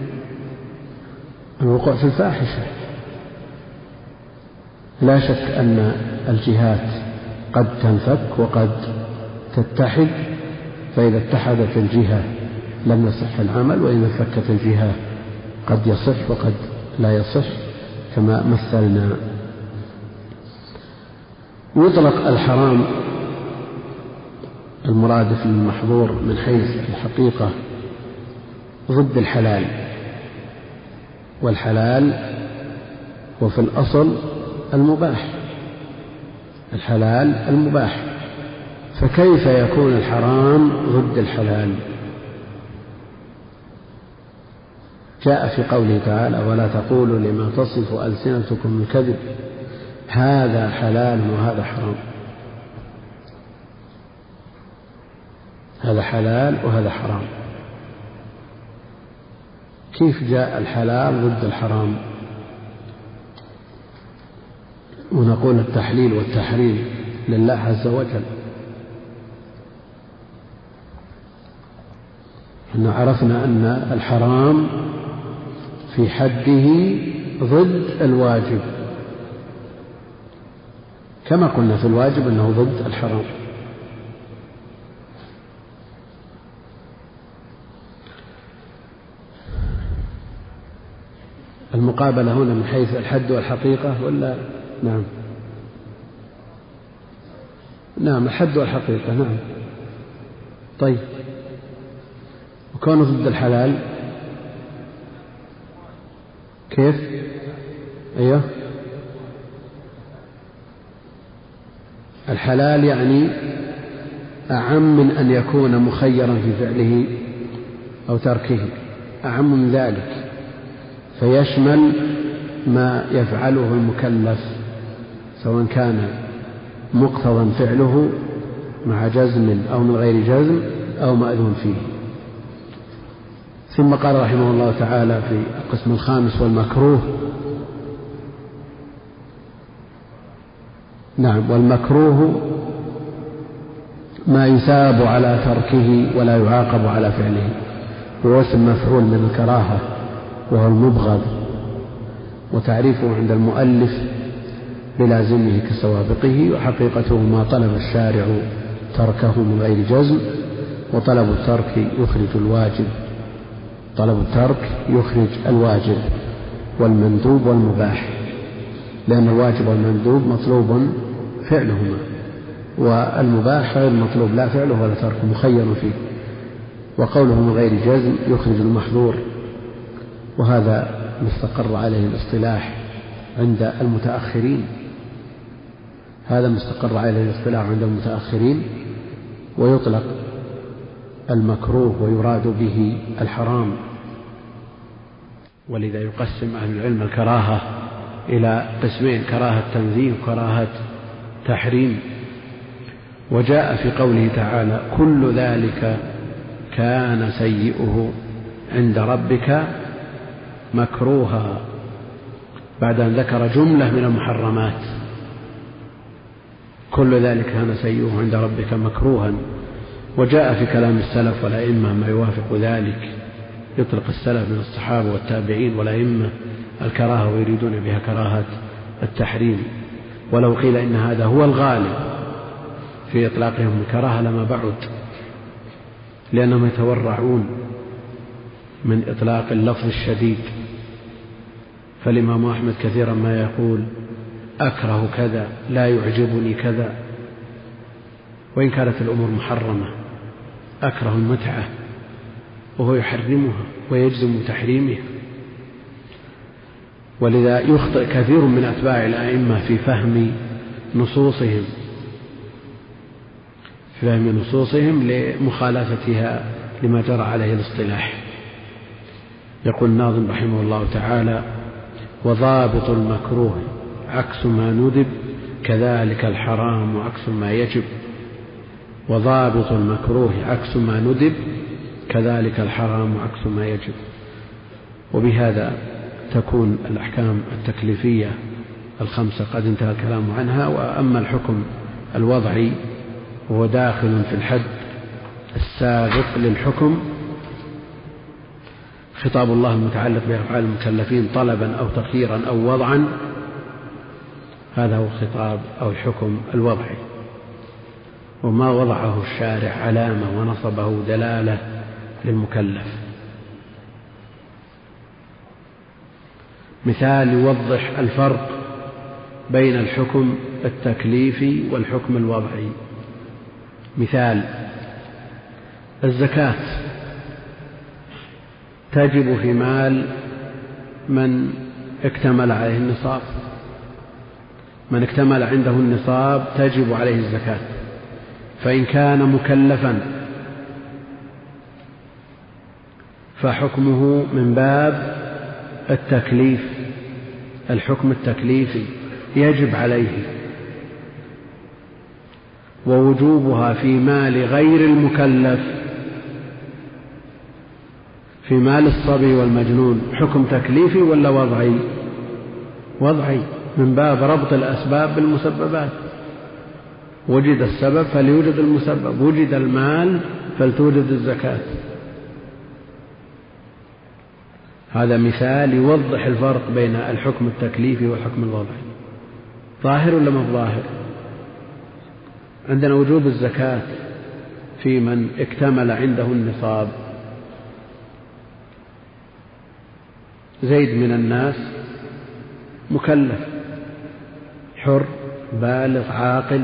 [SPEAKER 1] الوقوع في الفاحشة. لا شك أن الجهات قد تنفك وقد تتحد، فإذا اتحدت الجهة لم يصح العمل، وإذا فكت الجهة قد يصح وقد لا يصح كما مثلنا. يطلق الحرام المرادف للمحظور من حيث الحقيقة ضد الحلال، والحلال هو في الأصل المباح، الحلال المباح، فكيف يكون الحرام ضد الحلال؟ جاء في قوله تعالى: ولا تقولوا لما تصف ألسنتكم الكذب هذا حلال وهذا حرام. هذا حلال وهذا حرام، كيف جاء الحلال ضد الحرام؟ ونقول التحليل والتحريم لله عز وجل. إحنا عرفنا أن الحرام في حده ضد الواجب، كما قلنا في الواجب أنه ضد الحرام. المقابلة هنا من حيث الحد والحقيقة ولا؟ نعم الحد والحقيقة. نعم. طيب وكونه ضد الحلال كيف؟ أيوه الحلال يعني أعم من أن يكون مخيرا في فعله أو تركه، أعم من ذلك، فيشمل ما يفعله المكلف سواء كان مقتضى فعله مع جزم أو من غير جزم أو مأذون فيه. ثم قال رحمه الله تعالى في القسم الخامس والمكروه: نعم. والمكروه ما يثاب على تركه ولا يعاقب على فعله، هو اسم مفعول من الكراهة وهو المبغض، وتعريفه عند المؤلف بلازمه كسوابقه، وحقيقته ما طلب الشارع تركه من غير جزم، وطلب الترك يخرج الواجب، طلب الترك يخرج الواجب والمندوب والمباح، لأن الواجب والمندوب مطلوب فعلهما، والمباح غير مطلوب لا فعله ولا تركه، مخير فيه. وقوله من غير جزم يخرج المحظور، وهذا مستقر عليه الاصطلاح عند المتأخرين، هذا مستقر عليه الاصطلاح عند المتأخرين. ويطلق المكروه ويراد به الحرام، ولذا يقسم أهل العلم الكراهة إلى قسمين: كراهة تنزيه وكراهة تحريم. وجاء في قوله تعالى: كل ذلك كان سيئه عند ربك مكروها، بعد أن ذكر جملة من المحرمات. كل ذلك كان سيئه عند ربك مكروها. وجاء في كلام السلف والأئمة ما يوافق ذلك، يطلق السلف من الصحابة والتابعين والأئمة الكراهة ويريدون بها كراهة التحريم. ولو قيل إن هذا هو الغالب في إطلاقهم الكراهة لما بعد، لأنهم يتورعون من إطلاق اللفظ الشديد. فالإمام أحمد كثيرا ما يقول: أكره كذا، لا يعجبني كذا، وإن كانت الأمور محرمة. أكره المتعة وهو يحرمها ويجزم تحريمها. ولذا يخطئ كثير من أتباع الأئمة في فهم نصوصهم لمخالفتها لما جرى عليه الاصطلاح. يقول الناظم رحمه الله تعالى: وضابط المكروه عكس ما ندب، كذلك الحرام عكس ما يجب. وضابط المكروه عكس ما ندب، كذلك الحرام عكس ما يجب. وبهذا تكون الأحكام التكليفية الخمسة قد انتهى الكلام عنها. وأما الحكم الوضعي وهو داخل في الحد السابق للحكم، خطاب الله المتعلق بأفعال المكلفين طلبا أو تخييرا أو وضعا، هذا هو الخطاب أو الحكم الوضعي. وما وضعه الشارع علامة ونصبه دلالة للمكلف. مثال يوضح الفرق بين الحكم التكليفي والحكم الوضعي. مثال: الزكاة تجب في مال من اكتمل عليه النصاب، من اكتمل عنده النصاب تجب عليه الزكاة. فإن كان مكلفا فحكمه من باب التكليف، الحكم التكليفي يجب عليه. ووجوبها في مال غير المكلف، في مال الصبي والمجنون، حكم تكليفي ولا وضعي؟ وضعي، من باب ربط الأسباب بالمسببات. وجد السبب فليوجد المسبب، وجد المال فلتوجد الزكاة. هذا مثال يوضح الفرق بين الحكم التكليفي والحكم الوضعي. ظاهر ولا ما ظاهر؟ عندنا وجوب الزكاة في من اكتمل عنده النصاب. زيد من الناس مكلف حر بالغ عاقل،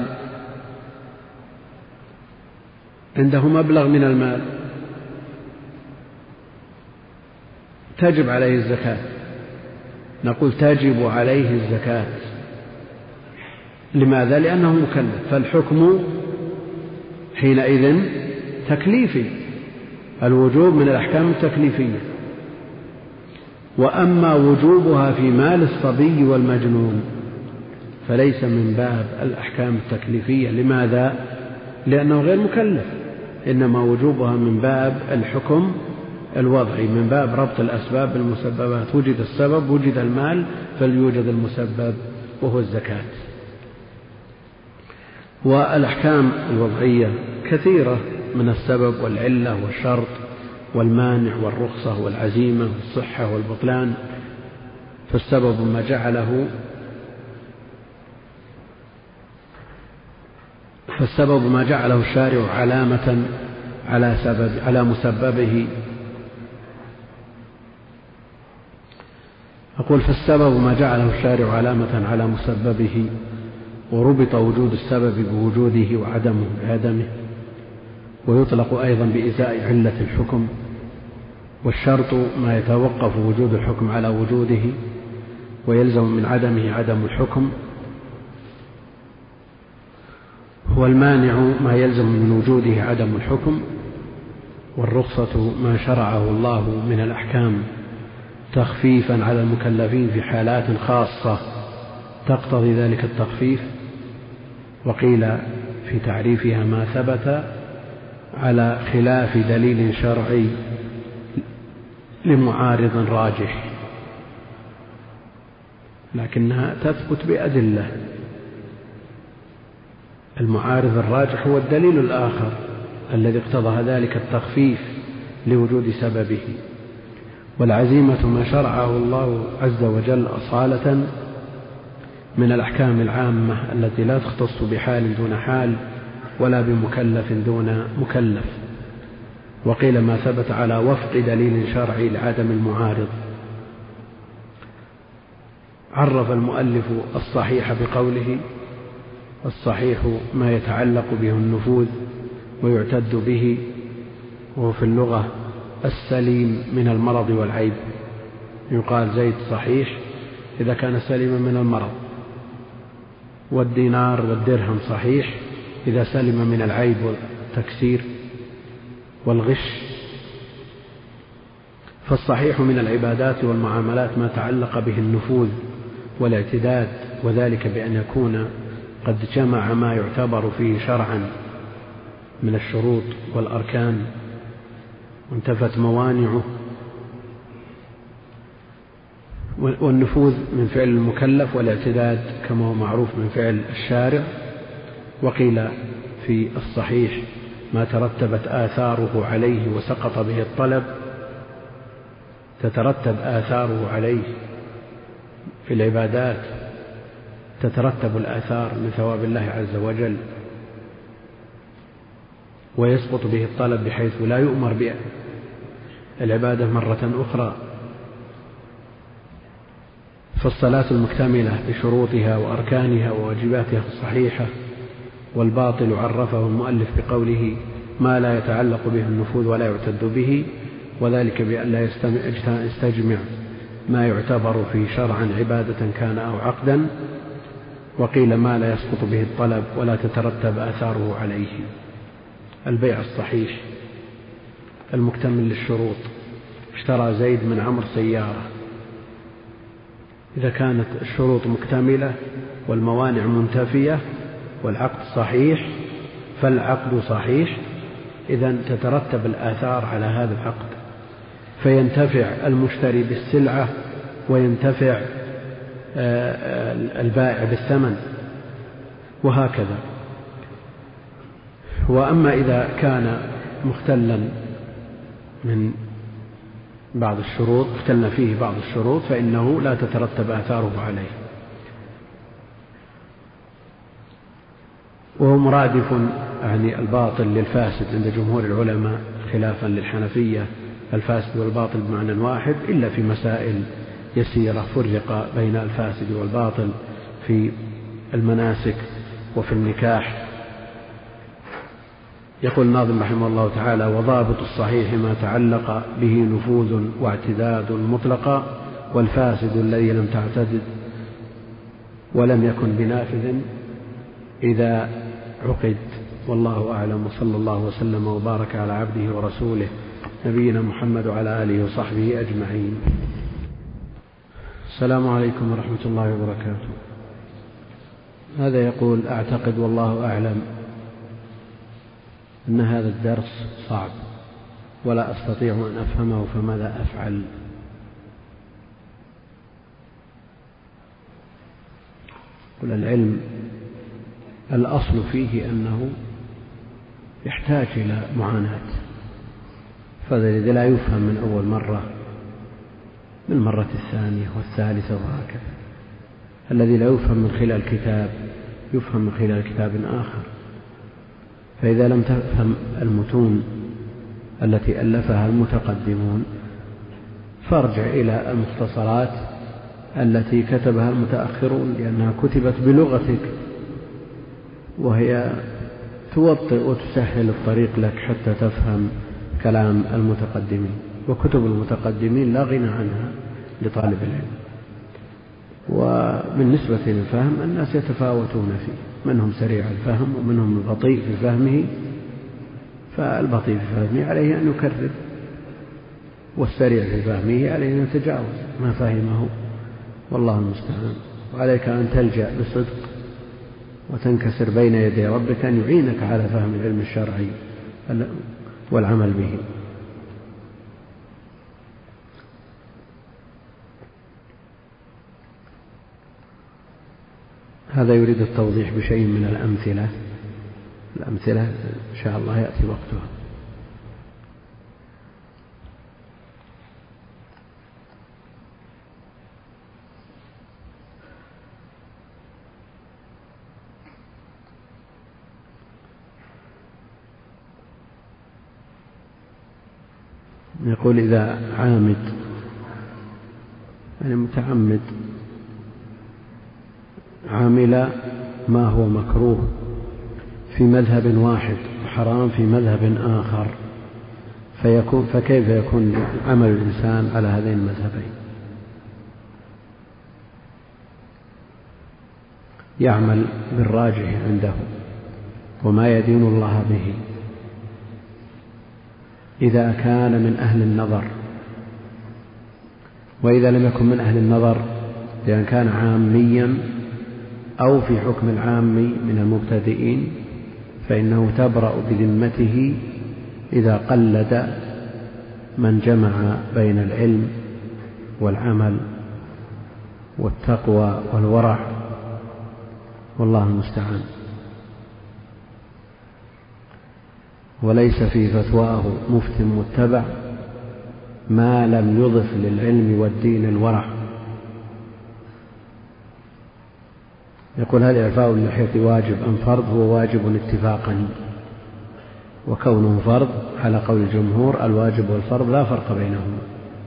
[SPEAKER 1] عنده مبلغ من المال، تجب عليه الزكاة. نقول تجب عليه الزكاة. لماذا؟ لأنه مكلف، فالحكم حينئذ تكليفي، الوجوب من الأحكام التكليفية. وأما وجوبها في مال الصبي والمجنون فليس من باب الأحكام التكليفية. لماذا؟ لأنه غير مكلف، إنما وجوبها من باب الحكم الوضعي، من باب ربط الأسباب بالمسببات. وجد السبب وجد المال فليوجد المسبب وهو الزكاة. والأحكام الوضعية كثيرة من السبب والعلة والشرط والمانع والرخصة والعزيمة والصحة والبطلان، فالسبب ما جعله الشارع علامة على مسببه. أقول فالسبب ما جعله الشارع علامة على مسببه، وربط وجود السبب بوجوده وعدمه بعدمه، ويطلق أيضا بإزاء علة الحكم. والشرط ما يتوقف وجود الحكم على وجوده ويلزم من عدمه عدم الحكم. والمانع ما يلزم من وجوده عدم الحكم. والرخصة ما شرعه الله من الأحكام تخفيفا على المكلفين في حالات خاصة تقتضي ذلك التخفيف. وقيل في تعريفها ما ثبت على خلاف دليل شرعي لمعارض راجح، لكنها تثبت بأدلة. المعارض الراجح هو الدليل الآخر الذي اقتضى ذلك التخفيف لوجود سببه. والعزيمة ما شرعه الله عز وجل أصالة من الأحكام العامة التي لا تختص بحال دون حال ولا بمكلف دون مكلف. وقيل ما ثبت على وفق دليل شرعي لعدم المعارض. عرف المؤلف الصحيح بقوله: الصحيح ما يتعلق به النفوذ ويعتد به، وهو في اللغة السليم من المرض والعيب. يقال زيد صحيح إذا كان سليما من المرض، والدينار والدرهم صحيح إذا سلم من العيب والتكسير والغش. فالصحيح من العبادات والمعاملات ما تعلق به النفوذ والاعتداد، وذلك بأن يكون قد جمع ما يعتبر فيه شرعا من الشروط والأركان وانتفت موانعه. والنفوذ من فعل المكلف، والاعتداد كما هو معروف من فعل الشارع. وقيل في الصحيح ما ترتبت آثاره عليه وسقط به الطلب. تترتب آثاره عليه في العبادات، تترتب الآثار من ثواب الله عز وجل، ويسقط به الطلب بحيث لا يؤمر بالعبادة مرة أخرى. فالصلاة المكتملة بشروطها وأركانها وواجباتها الصحيحة. والباطل عرفه المؤلف بقوله: ما لا يتعلق به النفوذ ولا يعتد به، وذلك بأن لا يستجمع ما يعتبر فيه شرعا عبادة كان أو عقدا. وقيل ما لا يسقط به الطلب ولا تترتب آثاره عليه. البيع الصحيح المكتمل للشروط: اشترى زيد من عمرو سيارة. إذا كانت الشروط مكتملة والموانع منتفية والعقد صحيح فالعقد صحيح، إذن تترتب الآثار على هذا العقد، فينتفع المشتري بالسلعة وينتفع البائع بالثمن، وهكذا. وأما إذا كان مختلا من بعض الشروط، اختلنا فيه بعض الشروط، فإنه لا تترتب آثاره عليه. وهو مرادف يعني الباطل للفاسد عند جمهور العلماء، خلافا للحنفية. الفاسد والباطل بمعنى واحد، إلا في مسائل يسيرة فرق بين الفاسد والباطل في المناسك وفي النكاح. يقول الناظم رحمه الله تعالى: وضابط الصحيح ما تعلق به نفوذ واعتداد مطلقا، والفاسد الذي لم تعتدد ولم يكن بنافذ إذا عقد. والله أعلم، وصلى الله وسلم وبارك على عبده ورسوله نبينا محمد وعلى آله وصحبه أجمعين. السلام عليكم ورحمة الله وبركاته. هذا يقول: أعتقد والله أعلم أن هذا الدرس صعب ولا أستطيع أن أفهمه، فماذا أفعل؟ قل: العلم الأصل فيه أنه يحتاج إلى معاناة، فالذي لا يفهم من أول مرة من المرة الثانية والثالثة وهكذا. الذي لا يفهم من خلال كتاب يفهم من خلال كتاب آخر. فإذا لم تفهم المتون التي ألفها المتقدمون فارجع إلى المختصرات التي كتبها المتأخرون، لأنها كتبت بلغتك وهي توطئ وتسهل الطريق لك حتى تفهم كلام المتقدمين. وكتب المتقدمين لا غنى عنها لطالب العلم. وبالنسبة للفهم الناس يتفاوتون فيه، منهم سريع الفهم ومنهم البطيء في فهمه، فالبطيء في فهمه عليه أن يكرر، والسريع في فهمه عليه أن يتجاوز ما فهمه، والله المستعان. وعليك أن تلجأ بصدق وتنكسر بين يدي ربك أن يعينك على فهم العلم الشرعي والعمل به. هذا يريد التوضيح بشيء من الأمثلة إن شاء الله يأتي وقتها. يقول إذا عامد يعني متعمد عامل ما هو مكروه في مذهب واحد وحرام في مذهب آخر، فكيف يكون عمل الإنسان على هذين المذهبين؟ يعمل بالراجح عنده وما يدين الله به إذا كان من أهل النظر، وإذا لم يكن من أهل النظر لأن كان عاميا أو في حكم العام من المبتدئين فإنه تبرأ بذمته إذا قلد من جمع بين العلم والعمل والتقوى والورع، والله المستعان. وليس في فتواه مفت متبع ما لم يضف للعلم والدين الورع. يقول هل إعفاء اللحية واجب أم فرض؟ هو واجب اتفاقا، وكونه فرض على قول الجمهور الواجب والفرض لا فرق بينهما.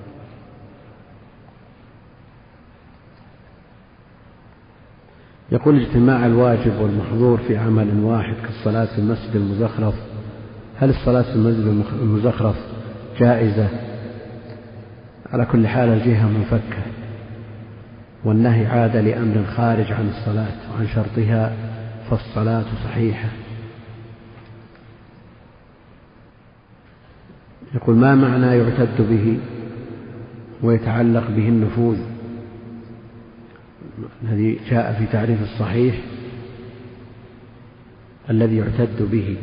[SPEAKER 1] يقول اجتماع الواجب والمحظور في عمل واحد كالصلاة في المسجد المزخرف، هل الصلاة في المسجد المزخرف جائزة؟ على كل حال الجهة منفكة، والنهي عاد لأمر خارج عن الصلاة وعن شرطها، فالصلاة صحيحة. يقول ما معنى يعتد به ويتعلق به النفوذ؟ الذي جاء في تعريف الصحيح الذي يعتد به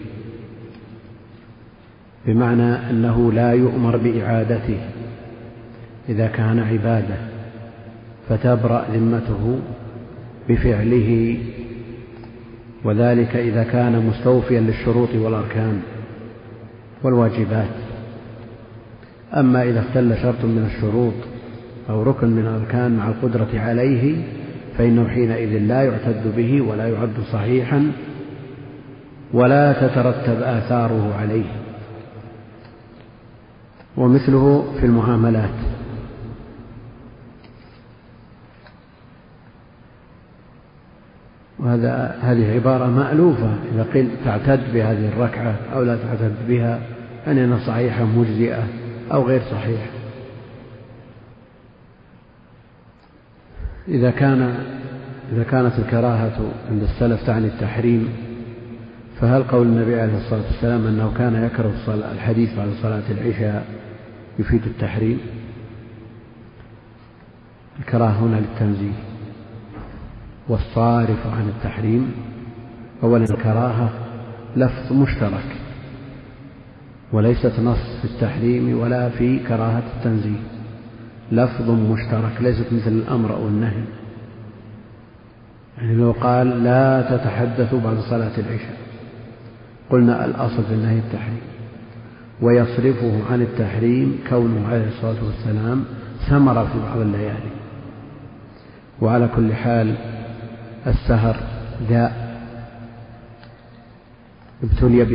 [SPEAKER 1] بمعنى أنه لا يؤمر بإعادته إذا كان عبادة، فتبرأ ذمته بفعله، وذلك إذا كان مستوفيا للشروط والأركان والواجبات. أما إذا اختل شرط من الشروط أو ركن من الأركان مع القدرة عليه فإنه حينئذ لا يعتد به ولا يعد صحيحا ولا تترتب آثاره عليه. ومثله في المعاملات، هذه عبارة مألوفة، إذا قيل تعتد بهذه الركعة أو لا تعتد بها أن أنها صحيحة مجزئة أو غير صحيحة. إذا كانت الكراهة عند السلف تعني التحريم، فهل قول النبي عليه الصلاة والسلام أنه كان يكره الحديث بعد صلاة العشاء يفيد التحريم؟ الكراهة هنا للتنزيه، والصارف عن التحريم أولا الكراهة لفظ مشترك وليست نص في التحريم ولا في كراهة التنزيه، لفظ مشترك ليست مثل الأمر أو النهي، يعني لو قال لا تتحدثوا بعد صلاة العشاء قلنا الأصل في النهي التحريم، ويصرفه عن التحريم كونه عليه الصلاة والسلام ثمر في بعض الليالي. وعلى كل حال السهر داء ابتلي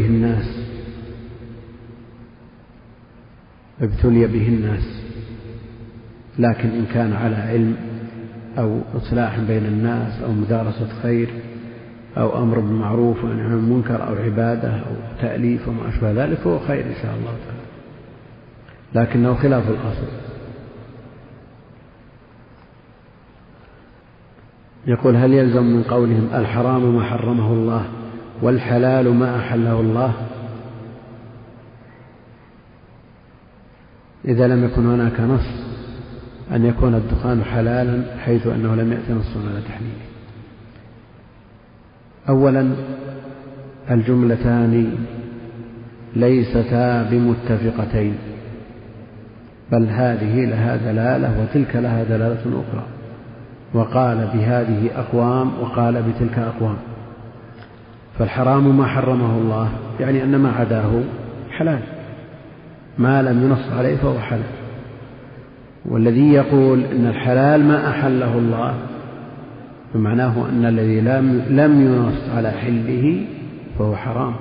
[SPEAKER 1] به الناس، لكن إن كان على علم أو إصلاح بين الناس أو مدارسة خير أو أمر بالمعروف ونهي عن المنكر أو عبادة أو تأليف وما أشبه ذلك فهو خير إن شاء الله تعالى، لكنه خلاف الأصل. يقول هل يلزم من قولهم الحرام ما حرمه الله والحلال ما أحله الله إذا لم يكن هناك نص أن يكون الدخان حلالا حيث أنه لم يأت نص على تحليله؟ أولا الجملتان ليستا بمتفقتين، بل هذه لها دلالة وتلك لها دلالة أخرى، وقال بهذه أقوام وقال بتلك أقوام. فالحرام ما حرمه الله يعني أن ما عداه حلال، ما لم ينص عليه فهو حلال. والذي يقول إن الحلال ما أحله الله فمعناه أن الذي لم ينص على حله فهو حرام.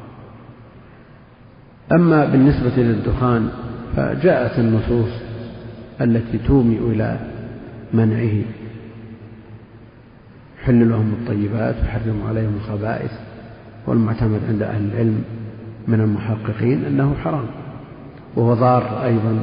[SPEAKER 1] أما بالنسبة للدخان فجاءت النصوص التي تومئ إلى منعه، حل لهم الطيبات وحرم عليهم الخبائث، والمعتمد عند أهل العلم من المحققين أنه حرام وهو ضار أيضا.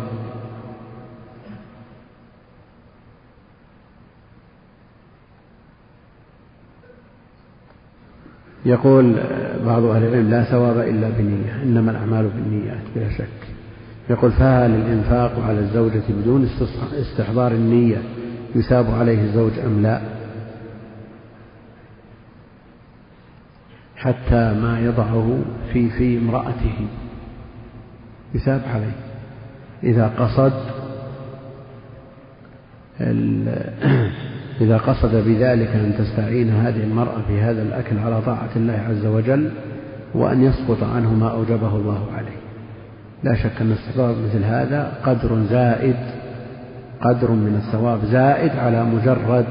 [SPEAKER 1] يقول بعض أهل العلم لا ثواب إلا بنية، إنما الأعمال بالنيات بلا شك. يقول فهل الإنفاق على الزوجة بدون استحضار النية يثاب عليه الزوج أم لا؟ حتى ما يضعه في امرأته يثاب عليه إذا قصد بذلك أن تستعين هذه المرأة في هذا الأكل على طاعة الله عز وجل وأن يسقط عنه ما أوجبه الله عليه. لا شك أن استحضار مثل هذا قدر من الثواب زائد على مجرد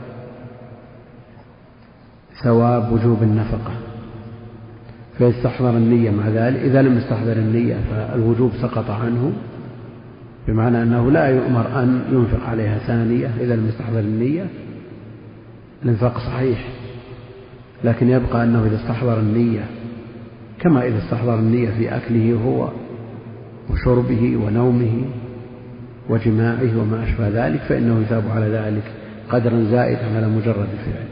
[SPEAKER 1] ثواب وجوب النفقة، فيستحضر النية مع ذلك. إذا لم يستحضر النية فالوجوب سقط عنه، بمعنى أنه لا يؤمر أن ينفق عليها ثانية إذا لم يستحضر النية. الإنفاق صحيح، لكن يبقى أنه إذا استحضر النية كما إذا استحضر النية في أكله هو وشربه ونومه وجماعه وما أشبه ذلك فإنه يثاب على ذلك قدرا زائدا على مجرد الفعل.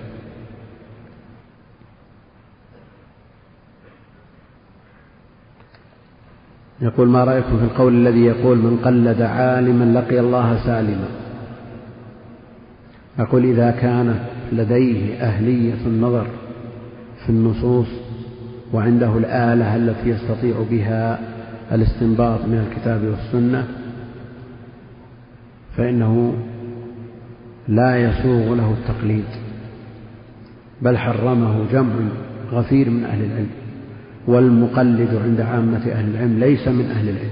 [SPEAKER 1] يقول ما رأيكم في القول الذي يقول من قلد عالما لقي الله سالما؟ أقول إذا كان لديه أهلية النظر في النصوص وعنده الآلة التي يستطيع بها الاستنباط من الكتاب والسنة فإنه لا يسوغ له التقليد، بل حرمه جمع غفير من أهل العلم، والمقلد عند عامة أهل العلم ليس من أهل العلم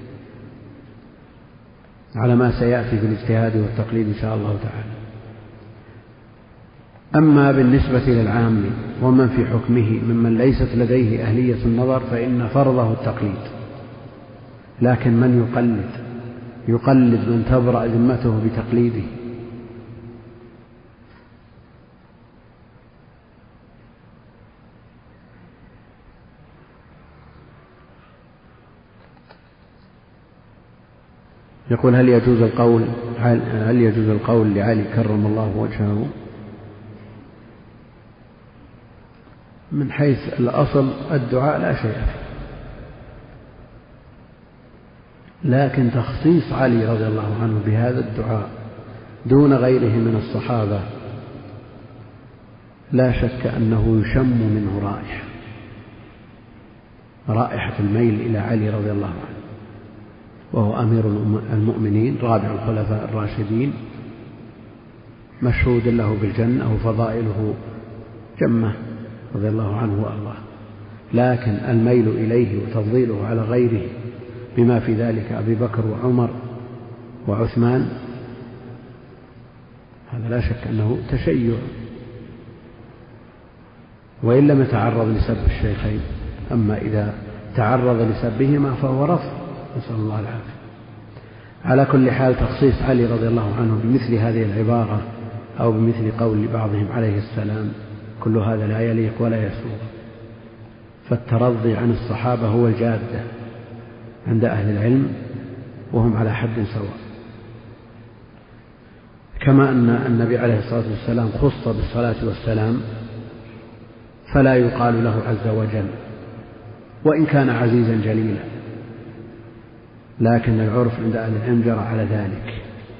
[SPEAKER 1] على ما سيأتي في الاجتهاد والتقليد إن شاء الله تعالى. أما بالنسبة للعام ومن في حكمه ممن ليست لديه أهلية النظر فإن فرضه التقليد، لكن من يقلد من تبرأ ذمته بتقليده. يقول هل يجوز القول لعلي كرم الله وجهه؟ من حيث الأصل الدعاء لا شيء فيه، لكن تخصيص علي رضي الله عنه بهذا الدعاء دون غيره من الصحابة لا شك أنه يشم منه رائحة الميل إلى علي رضي الله عنه، وهو أمير المؤمنين رابع الخلفاء الراشدين، مشهود له بالجنة وفضائله جمة رضي الله عنه وأرضاه، لكن الميل إليه وتفضيله على غيره بما في ذلك أبي بكر وعمر وعثمان هذا لا شك أنه تشيع، وإن لم يتعرض لسب الشيخين. أما إذا تعرض لسبهما فهو رفض، نسأل الله العافية. على كل حال تخصيص علي رضي الله عنه بمثل هذه العبارة أو بمثل قول بعضهم عليه السلام كل هذا لا يليق ولا يسوغ، فالترضي عن الصحابة هو الجادة عند أهل العلم وهم على حد سواء. كما أن النبي عليه الصلاة والسلام خص بالصلاة والسلام فلا يقال له عز وجل وإن كان عزيزا جليلا، لكن العرف عند أهل العلم جرى على ذلك،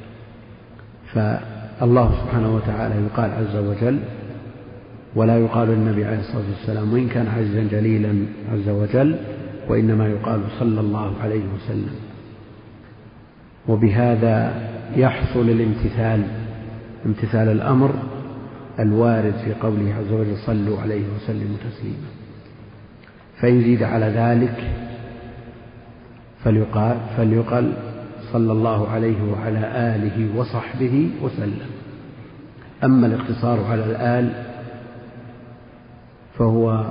[SPEAKER 1] فالله سبحانه وتعالى يقال عز وجل ولا يقال للنبي عليه الصلاة والسلام وإن كان عزيزا جليلا عز وجل، وإنما يقال صلى الله عليه وسلم. وبهذا يحصل الامتثال، امتثال الأمر الوارد في قوله عز وجل صلوا عليه وسلموا تسليما. فإن زيد على ذلك فليقال صلى الله عليه وعلى آله وصحبه وسلم. أما الاقتصار على الآل فهو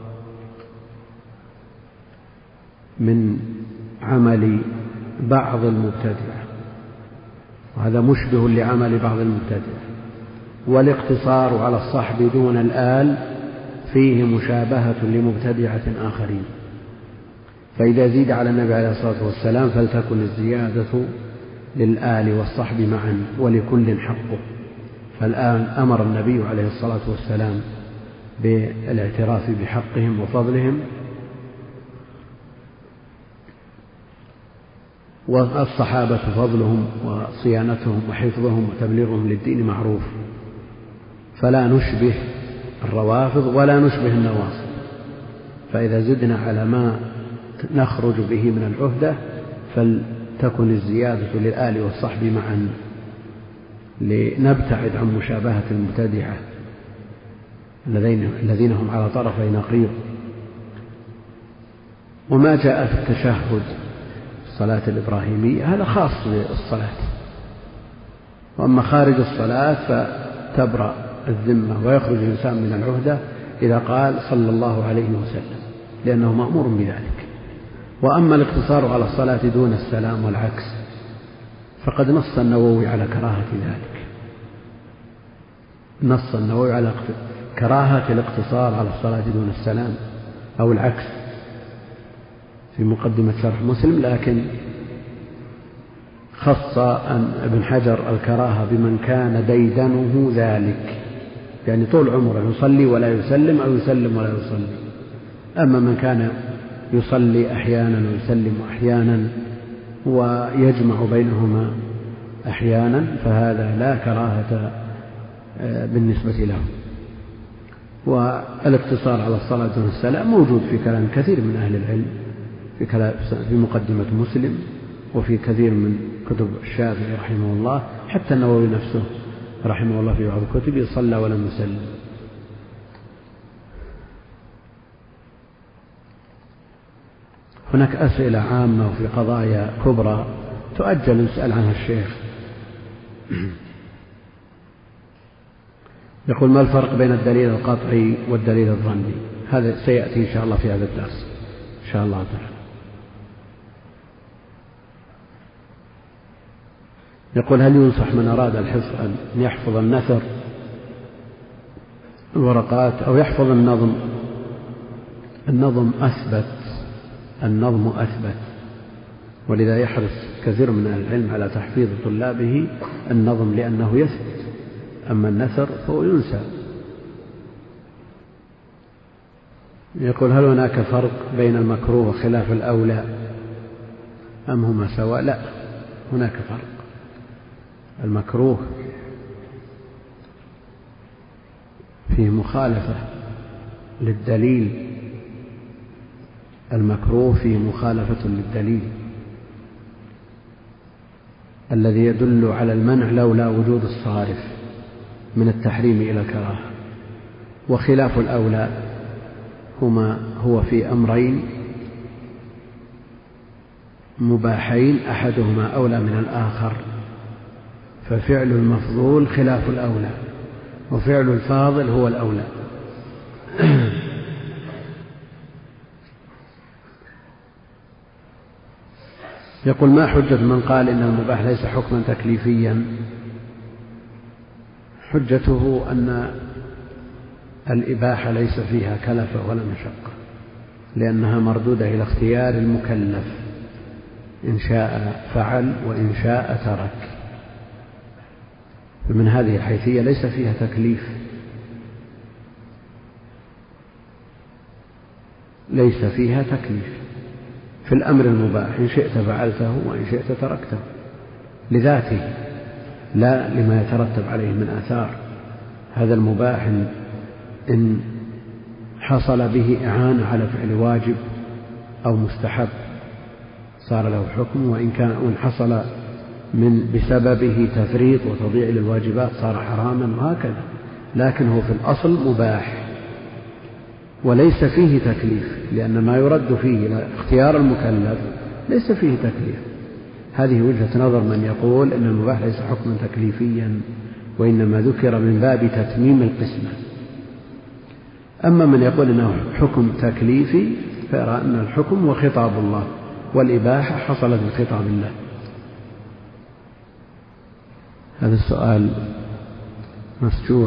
[SPEAKER 1] من عمل بعض المبتدعة، وهذا مشبه لعمل بعض المبتدعة. والاقتصار على الصحب دون الآل فيه مشابهة لمبتدعة آخرين، فإذا زيد على النبي عليه الصلاة والسلام فلتكن الزيادة للآل والصحب معا ولكل حقه. فالآن أمر النبي عليه الصلاة والسلام بالاعتراف بحقهم وفضلهم، والصحابة فضلهم وصيانتهم وحفظهم وتبليغهم للدين معروف، فلا نشبه الروافض ولا نشبه النواصب. فإذا زدنا على ما نخرج به من العهدة فلتكن الزيادة للآل والصحب معا لنبتعد عن مشابهة المبتدعة الذين هم على طرفي نقيض. وما جاء في التشهد الصلاة الإبراهيمية هذا خاص بالصلاة، وأما خارج الصلاة فتبرأ الذمة ويخرج الإنسان من العهدة إذا قال صلى الله عليه وسلم لأنه مأمور بذلك. وأما الاقتصار على الصلاة دون السلام والعكس فقد نص النووي على كراهة ذلك، نص النووي على كراهة الاقتصار على الصلاة دون السلام أو العكس في مقدمة شرح مسلم، لكن خص ابن حجر الكراهة بمن كان ديدنه ذلك، يعني طول عمره يصلي ولا يسلم أو يسلم ولا يصلي. أما من كان يصلي أحيانا ويسلم أحيانا ويجمع بينهما أحيانا فهذا لا كراهة بالنسبة له. والاقتصار على الصلاة والسلام موجود في كلام كثير من أهل العلم، في مقدمة مسلم وفي كثير من كتب الشافعي رحمه الله، حتى النووي نفسه رحمه الله في بعض كتبه صلى ولم يسلم. هناك أسئلة عامة وفي قضايا كبرى تؤجل نسأل عنها الشيخ. يقول ما الفرق بين الدليل القطعي والدليل الظني؟ هذا سيأتي إن شاء الله في هذا الدرس إن شاء الله تعالى. يقول هل ينصح من أراد الحفظ أن يحفظ النثر الورقات أو يحفظ النظم؟ النظم أثبت، ولذا يحرص كثير من أهل العلم على تحفيظ طلابه النظم لأنه يثبت، أما النثر فهو ينسى. يقول هل هناك فرق بين المكروه وخلاف الأولى أم هما سواء؟ لا، هناك فرق. المكروه فيه مخالفة للدليل، المكروه فيه مخالفة للدليل الذي يدل على المنع لولا وجود الصارف، من التحريم إلى الكراهة. وخلاف الأولى هو في أمرين مباحين أحدهما أولى من الآخر، ففعل المفضول خلاف الأولى، وفعل الفاضل هو الأولى. يقول: ما حجة من قال إن المباح ليس حكما تكليفيا؟ حجته أن الإباحة ليس فيها كلفة ولا مشقة، لأنها مردودة إلى اختيار المكلف، إن شاء فعل وإن شاء ترك. فمن هذه الحيثية ليس فيها تكليف، ليس فيها تكليف في الأمر المباح، إن شئت فعلته وإن شئت تركته لذاته، لا لما يترتب عليه من آثار. هذا المباح إن حصل به إعانة على فعل واجب أو مستحب صار له حكم، وإن حصل بسببه تفريط وتضييع للواجبات صار حراما، وهكذا. لكن هو في الأصل مباح وليس فيه تكليف، لأن ما يرد فيه إلى اختيار المكلف ليس فيه تكليف. هذه وجهة نظر من يقول إن المباح ليس حكما تكليفيا، وإنما ذكر من باب تتميم القسمة. أما من يقول إنه حكم تكليفي فيرى أن الحكم هو خطاب الله، والإباحة حصلت بخطاب الله. هذا السؤال مسجوع.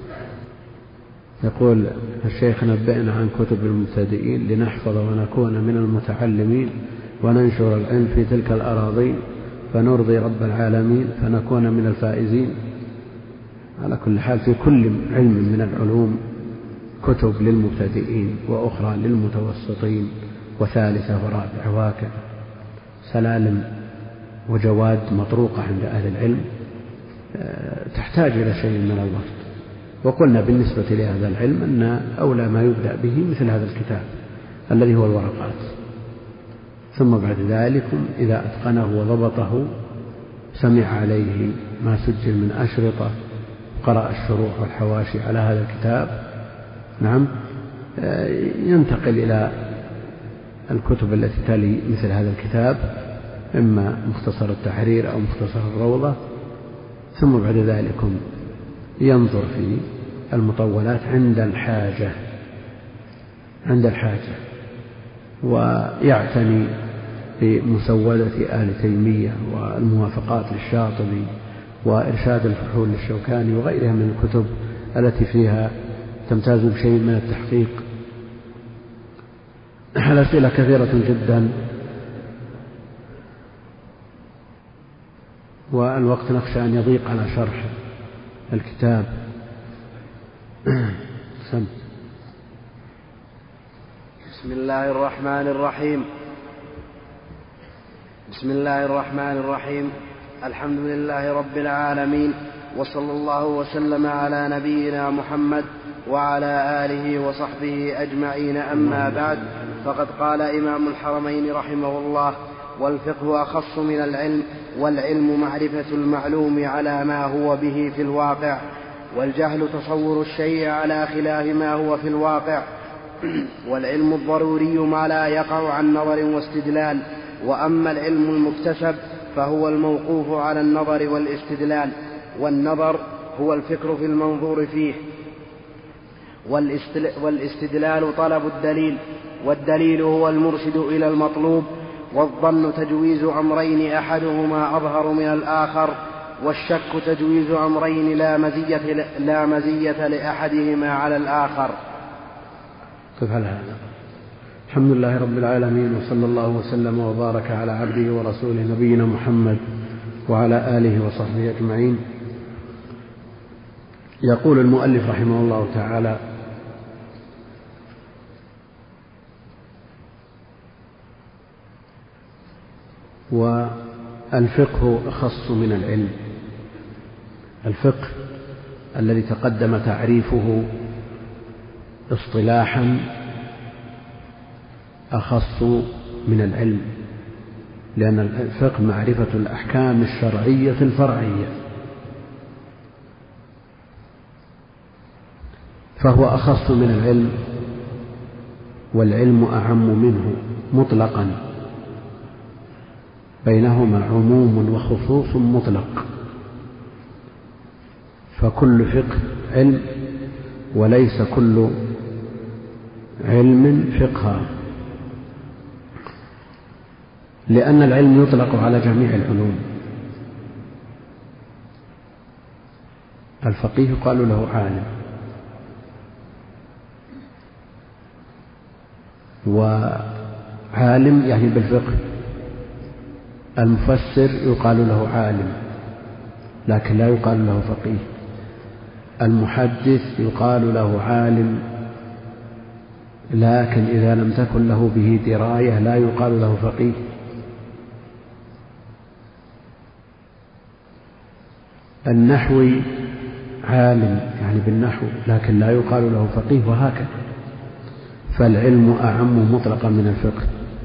[SPEAKER 1] يقول الشيخ: نبئنا عن كتب المبتدئين لنحفظ ونكون من المتعلمين وننشر العلم في تلك الأراضين فنرضي رب العالمين فنكون من الفائزين. على كل حال في كل علم من العلوم كتب للمبتدئين وأخرى للمتوسطين وثالثة ورابعة، وهكذا سلالم وجواد مطروقة عند أهل العلم تحتاج إلى شيء من الوقت. وقلنا بالنسبة لهذا العلم أن أولى ما يبدأ به مثل هذا الكتاب الذي هو الورقات، ثم بعد ذلك إذا أتقنه وضبطه سمع عليه ما سجل من أشرطة، قرأ الشروح والحواشي على هذا الكتاب، نعم، ينتقل إلى الكتب التي تلي مثل هذا الكتاب، إما مختصر التحرير أو مختصر الروضة، ثم بعد ذلك ينظر في المطولات عند الحاجة ويعتني بمسودة آل تيمية والموافقات للشاطبي وإرشاد الفحول للشوكاني وغيرها من الكتب التي فيها تمتاز بشيء من التحقيق. الأسئلة كثيرة جدا والوقت نخشى أن يضيق على شرح الكتاب.
[SPEAKER 2] بسم الله الرحمن الرحيم. بسم الله الرحمن الرحيم. الحمد لله رب العالمين، وصلى الله وسلم على نبينا محمد وعلى آله وصحبه أجمعين. أما بعد، فقد قال إمام الحرمين رحمه الله: والفقه أخص من العلم، والعلم معرفة المعلوم على ما هو به في الواقع، والجهل تصور الشيء على خلاف ما هو في الواقع، والعلم الضروري ما لا يقع عن نظر واستدلال. وأما العلم المكتسب فهو الموقوف على النظر والاستدلال، والنظر هو الفكر في المنظور فيه، والاستدلال طلب الدليل، والدليل هو المرشد إلى المطلوب، والظن تجويز أمرين أحدهما أظهر من الآخر، والشك تجويز أمرين لا مزية لأحدهما على الآخر.
[SPEAKER 1] كيف على هذا؟ الحمد لله رب العالمين، وصلى الله وسلم وبارك على عبده ورسوله نبينا محمد وعلى آله وصحبه أجمعين. يقول المؤلف رحمه الله تعالى: والفقه أخص من العلم. الفقه الذي تقدم تعريفه اصطلاحا أخص من العلم، لأن الفقه معرفة الأحكام الشرعية الفرعية، فهو أخص من العلم، والعلم أعم منه مطلقا، بينهما عموم وخصوص مطلق. فكل فقه علم، وليس كل علم فقها، لأن العلم يطلق على جميع العلوم. الفقيه يقال له عالم، وعالم يعني بالفقه. المفسر يقال له عالم لكن لا يقال له فقيه. المحدث يقال له عالم، لكن إذا لم تكن له به دراية لا يقال له فقيه. النحوي عالم يعني بالنحو، لكن لا يقال له فقيه، وهكذا. فالعلم أعم مطلقا من الفقه.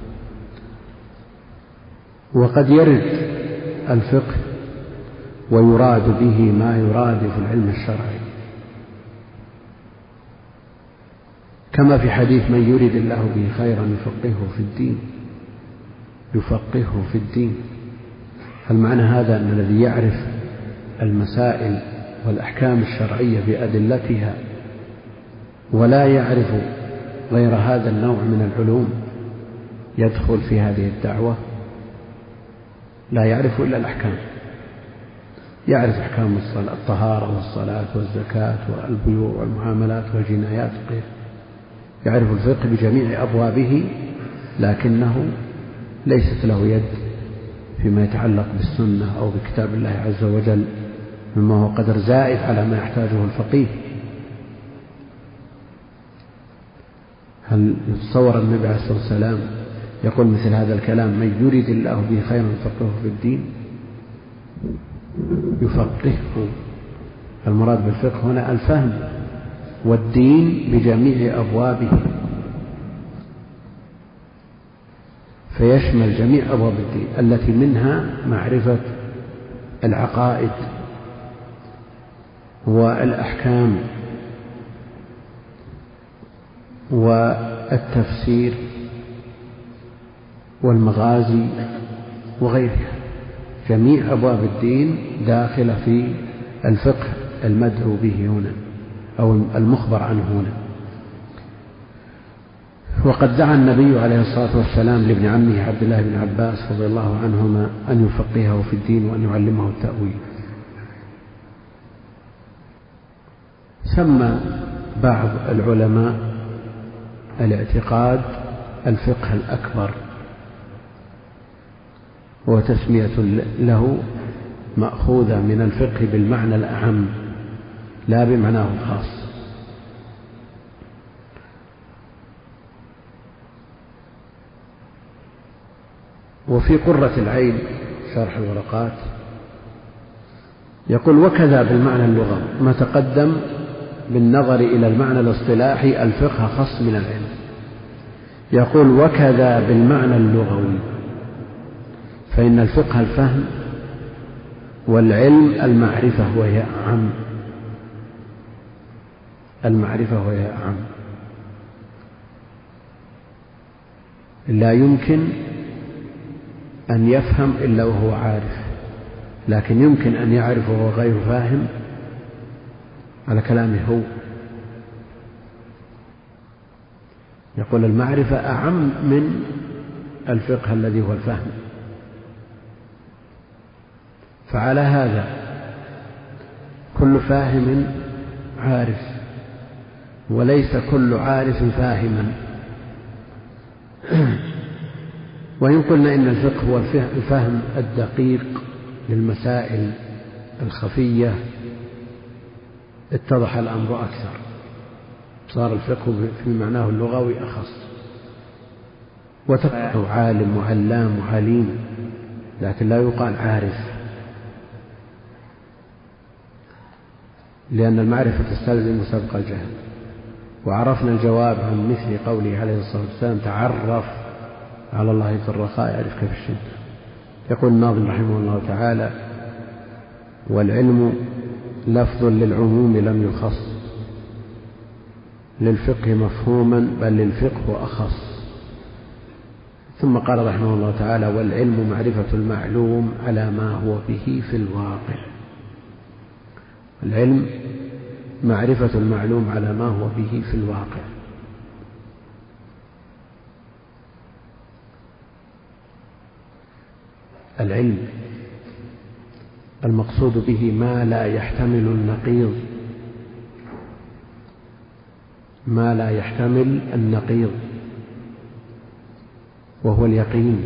[SPEAKER 1] وقد يرد الفقه ويراد به ما يراد في العلم الشرعي، كما في حديث من يرد الله به خيرا يفقهه في الدين. المعنى هذا أن الذي يعرف المسائل والأحكام الشرعية بأدلتها ولا يعرف غير هذا النوع من العلوم يدخل في هذه الدعوة لا يعرف إلا الأحكام. يعرف أحكام الطهارة والصلاة والزكاة والبيوع والمعاملات والجنايات وغيره، يعرف الفقه بجميع أبوابه، لكنه ليست له يد فيما يتعلق بالسنة أو بكتاب الله عز وجل مما هو قدر زائد على ما يحتاجه الفقيه. هل يتصور النبي عليه الصلاة والسلام يقول مثل هذا الكلام من يريد الله به خيرا يفقهه في الدين؟ يفقهه، المراد بالفقه هنا الفهم والدين بجميع أبوابه، فيشمل جميع أبواب الدين التي منها معرفة العقائد والأحكام والتفسير والمغازي وغيرها. جميع أبواب الدين داخلة في الفقه المدعو به هنا أو المخبر عنه هنا. وقد دعا النبي عليه الصلاة والسلام لابن عمه عبد الله بن عباس رضي الله عنهما أن يفقهه في الدين وأن يعلمه التأويل. سمى بعض العلماء الاعتقاد الفقه الأكبر، وتسمية له مأخوذة من الفقه بالمعنى الأعم لا بمعناه الخاص. وفي قرة العين شرح الورقات يقول وكذا بالمعنى اللغوي ما تقدم بالنظر إلى المعنى الاصطلاحي الفقه خص من العلم. يقول وكذا بالمعنى اللغوي، فإن الفقه الفهم والعلم المعرفة وهي أعم. المعرفة وهي أعم، لا يمكن أن يفهم إلا وهو عارف، لكن يمكن أن يعرف وهو غير فاهم على كلامه هو. يقول المعرفة أعم من الفقه الذي هو الفهم. فعلى هذا كل فاهم عارف، وليس كل عارف فاهما. وإن قلنا إن الفقه هو الفهم الدقيق للمسائل الخفية اتضح الأمر أكثر، صار الفقه في معناه اللغوي أخص. وتقول عالم وعلام وعليم، لكن لا يقال عارف، لأن المعرفة تستلزم سبق الجهل. وعرفنا الجواب عن مثل قوله عليه الصلاة والسلام تعرف على الله في الرخاء يعرفك في الشدة. يقول الناظم رحمه الله تعالى والعلم لفظ للعموم لم يخص، للفقه مفهوما بل للفقه أخص. ثم قال رحمه الله تعالى: والعلم معرفة المعلوم على ما هو به في الواقع. العلم معرفة المعلوم على ما هو به في الواقع. العلم المقصود به ما لا يحتمل النقيض، ما لا يحتمل النقيض، وهو اليقين.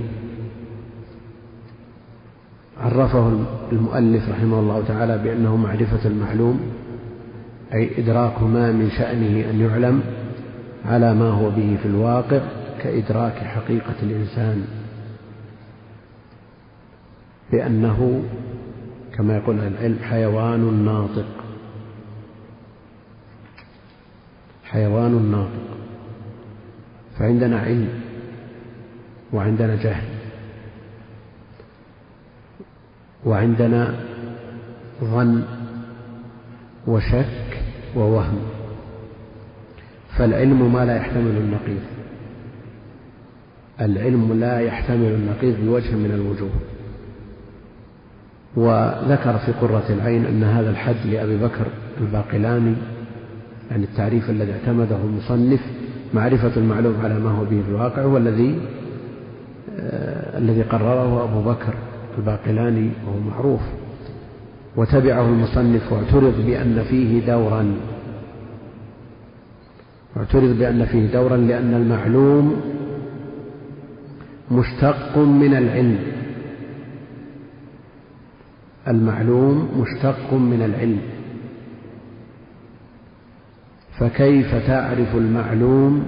[SPEAKER 1] عرفه المؤلف رحمه الله تعالى بأنه معرفة المعلوم، أي إدراك ما من شأنه أن يعلم على ما هو به في الواقع، كإدراك حقيقة الإنسان بأنه كما يقول العلم حيوان ناطق، حيوان ناطق. فعندنا علم وعندنا جهل وعندنا ظن وشك ووهم. فالعلم ما لا يحتمل النقيض، العلم لا يحتمل النقيض بوجه من الوجوه. وذكر في قرة العين أن هذا الحد لأبي بكر الباقلاني، يعني التعريف الذي اعتمده المصنف معرفة المعلوم على ما هو به في الواقع، هو الذي قرره أبو بكر الباقلاني وهو معروف. وتبعه المصنف واعترض بأن فيه دورا لأن المعلوم مشتق من العلم، المعلوم مشتق من العلم. فكيف تعرف المعلوم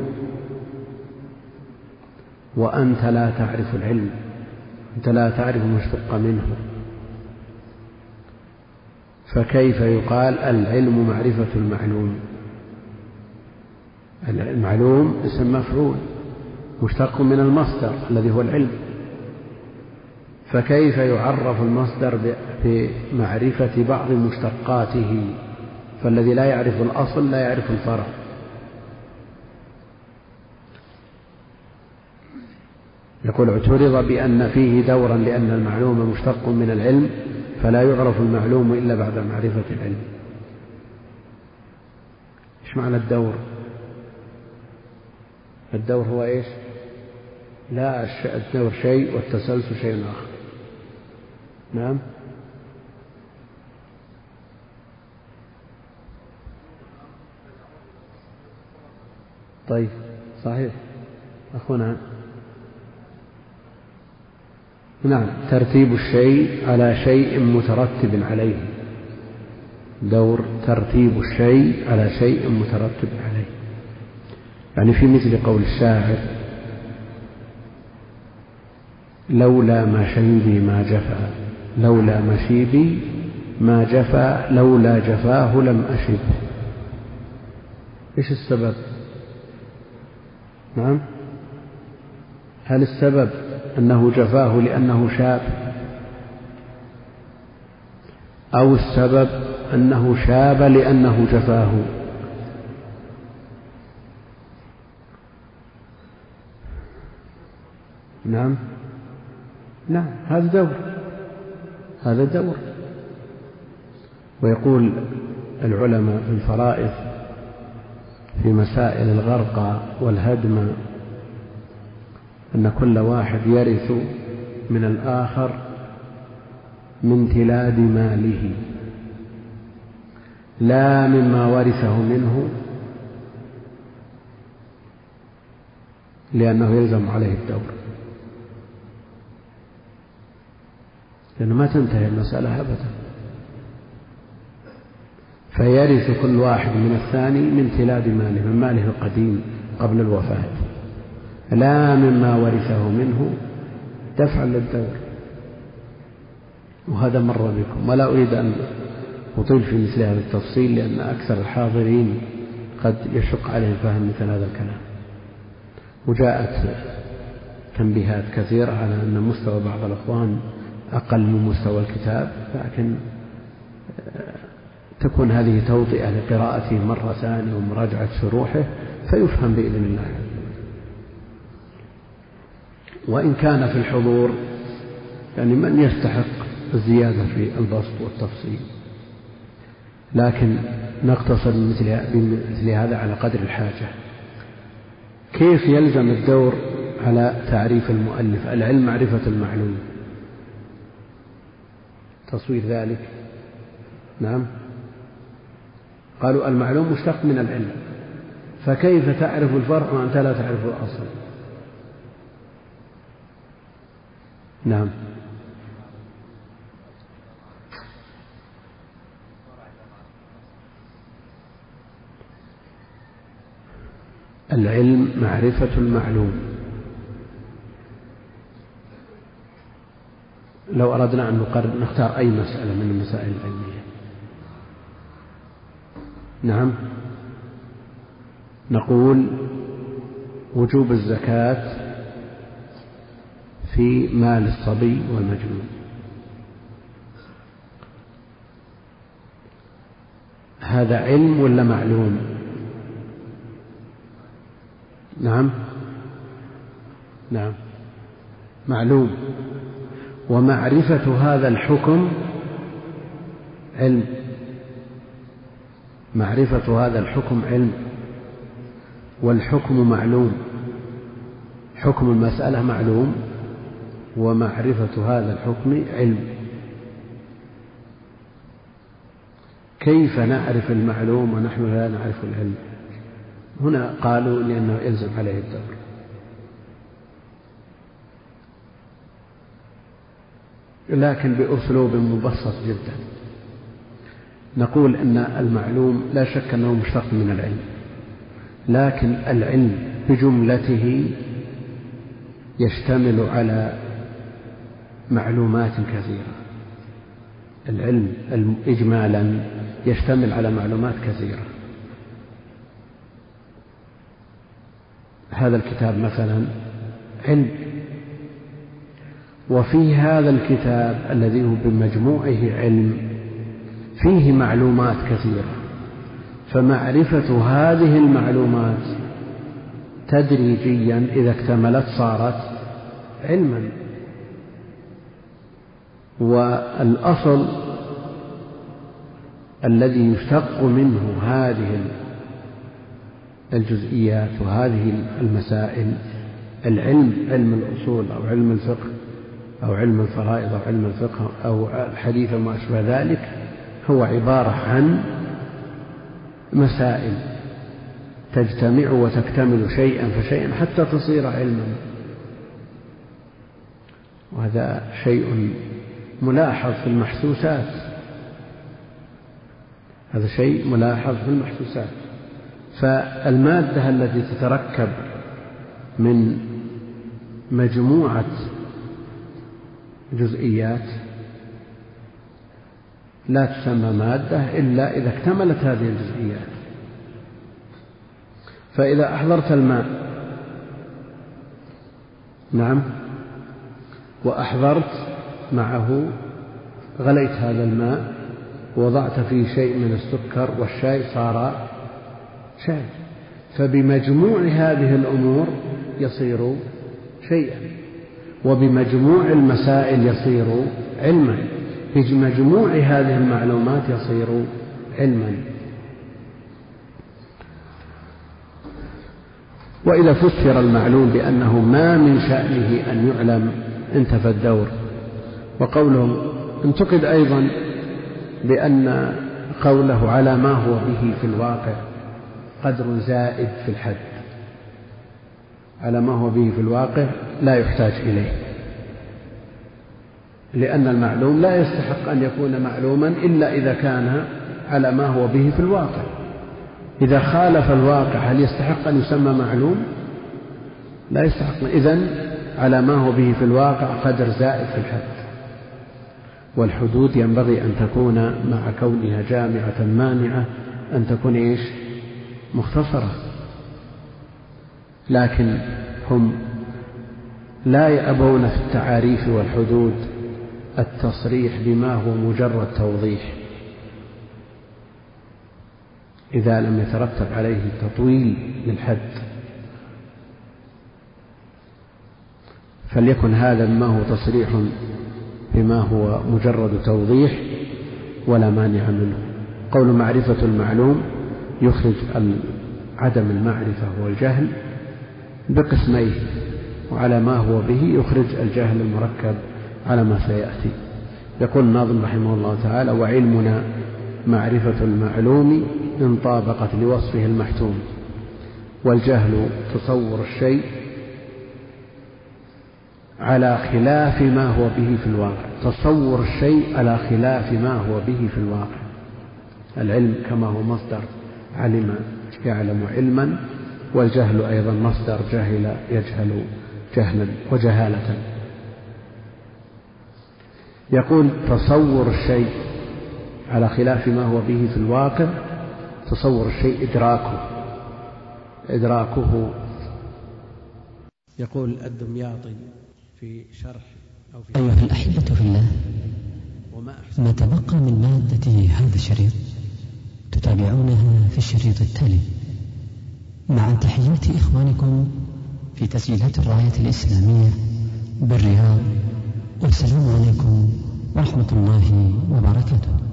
[SPEAKER 1] وأنت لا تعرف العلم؟ أنت لا تعرف مشتق منه، فكيف يقال العلم معرفة المعلوم؟ المعلوم اسم مفعول مشتق من المصدر الذي هو العلم، فكيف يعرف المصدر بمعرفة بعض مشتقاته؟ فالذي لا يعرف الأصل لا يعرف الفرع. يقول: اعترض بأن فيه دورا لأن المعلوم مشتق من العلم، فلا يعرف المعلوم إلا بعد معرفة العلم. إيش معنى الدور؟ الدور هو إيش؟ لا، الدور شيء والتسلسل شيء آخر. نعم. طيب صحيح أخونا. نعم، ترتيب الشيء على شيء مترتب عليه. دور ترتيب الشيء على شيء مترتب عليه، يعني في مثل قول الشاعر: لولا مشيبي ما جفا، لولا مشيبي ما جفا، لولا جفاه لم أشب. إيش السبب؟ نعم، هل السبب أنه جفاه لأنه شاب، أو السبب أنه شاب لأنه جفاه؟ نعم، هذا دور. ويقول العلماء في الفرائض في مسائل الغرقى والهدم أن كل واحد يرث من الآخر من تلاد ماله، لا مما ورثه منه لأنه يلزم عليه الدور، لأنه ما تنتهي المسألة أبدا. فيرث كل واحد من الثاني من تلاد ماله، من ماله القديم قبل الوفاة، لا مما ورثه منه دفعا للدور. وهذا مر بكم، ولا أريد أن أطيل في مثل هذا التفصيل، لأن أكثر الحاضرين قد يشق عليهم فهم مثل هذا الكلام. وجاءت تنبيهات كثيرة على أن مستوى بعض الأخوان أقل من مستوى الكتاب، لكن تكون هذه توطئة لقراءته مرة ثانية ومراجعة شروحه فيفهم بإذن الله. وإن كان في الحضور يعني من يستحق الزيادة في البسط والتفصيل، لكن نقتصر بمثل هذا على قدر الحاجة. كيف يلزم الدور على تعريف المؤلف؟ العلم معرفة المعلوم، تصوير ذلك. نعم، قالوا المعلوم مشتق من العلم، فكيف تعرف الفرع وأنت لا تعرف الأصل؟ نعم، العلم معرفة المعلوم. لو أردنا أن نختار أي مسألة من المسائل العلمية، نعم، نقول وجوب الزكاة في مال الصبي والمجنون، هذا علم ولا معلوم؟ نعم، نعم، معلوم. ومعرفة هذا الحكم علم، معرفة هذا الحكم علم، والحكم معلوم، حكم المسألة معلوم ومعرفة هذا الحكم علم. كيف نعرف المعلوم ونحن لا نعرف العلم؟ هنا قالوا لأنه يلزم عليه الدور. لكن بأسلوب مبسط جدا نقول أن المعلوم لا شك أنه مشتق من العلم، لكن العلم بجملته يشتمل على معلومات كثيرة. العلم إجمالا يشتمل على معلومات كثيرة. هذا الكتاب مثلا علم، وفي هذا الكتاب الذي هو بمجموعه علم فيه معلومات كثيرة، فمعرفة هذه المعلومات تدريجيا إذا اكتملت صارت علما. والأصل الذي يشتق منه هذه الجزئيات وهذه المسائل العلم، علم الأصول أو علم الفقه أو علم الفرائض أو علم الفقه أو الحديث وما أشبه ذلك، هو عبارة عن مسائل تجتمع وتكتمل شيئا فشيئا حتى تصير علما. وهذا شيء ملاحظ في المحسوسات، هذا شيء ملاحظ في المحسوسات. فالمادة التي تتركب من مجموعة جزئيات لا تسمى مادة إلا إذا اكتملت هذه الجزئيات. فإذا أحضرت الماء، نعم، وأحضرت معه، غليت هذا الماء ووضعت فيه شيء من السكر والشاي صار شاي، فبمجموع هذه الأمور يصير شيئا، وبمجموع المسائل يصير علما، بمجموع هذه المعلومات يصير علما. وإذا فسر المعلوم بأنه ما من شأنه أن يعلم انتفى الدور. وقولهم انتقد أيضا بأن قوله على ما هو به في الواقع قدر زائد في الحد، على ما هو به في الواقع لا يحتاج إليه، لأن المعلوم لا يستحق أن يكون معلوما إلا إذا كان على ما هو به في الواقع. إذا خالف الواقع هل يستحق أن يسمى معلوم؟ لا يستحق. إذن على ما هو به في الواقع قدر زائد في الحد. والحدود ينبغي أن تكون مع كونها جامعة مانعة أن تكون إيش؟ مختصرة. لكن هم لا يأبون في التعاريف والحدود التصريح بما هو مجرد توضيح، إذا لم يترتب عليه تطويل للحد، فليكن هذا ما هو تصريح بما هو مجرد توضيح ولا مانع منه. قول معرفة المعلوم يخرج عدم المعرفة والجهل بقسميه، وعلى ما هو به يخرج الجهل المركب على ما سيأتي. يقول الناظم رحمه الله تعالى: وعلمنا معرفة المعلوم إن طابقت لوصفه المحتوم، والجهل تصور الشيء على خلاف ما هو به في الواقع. تصور الشيء على خلاف ما هو به في الواقع. العلم كما هو مصدر علم يعلم علما، والجهل أيضا مصدر جهل يجهل جهلا وجهالة. يقول تصور الشيء على خلاف ما هو به في الواقع. تصور الشيء إدراكه. يقول الدمياطي في شرح أو في
[SPEAKER 3] أيها الأحبة في الله، ما تبقى من مادة هذا الشريط تتابعونها في الشريط التالي، مع تحيات إخوانكم في تسجيلات الراية الإسلامية بالرياض، والسلام عليكم ورحمة الله وبركاته.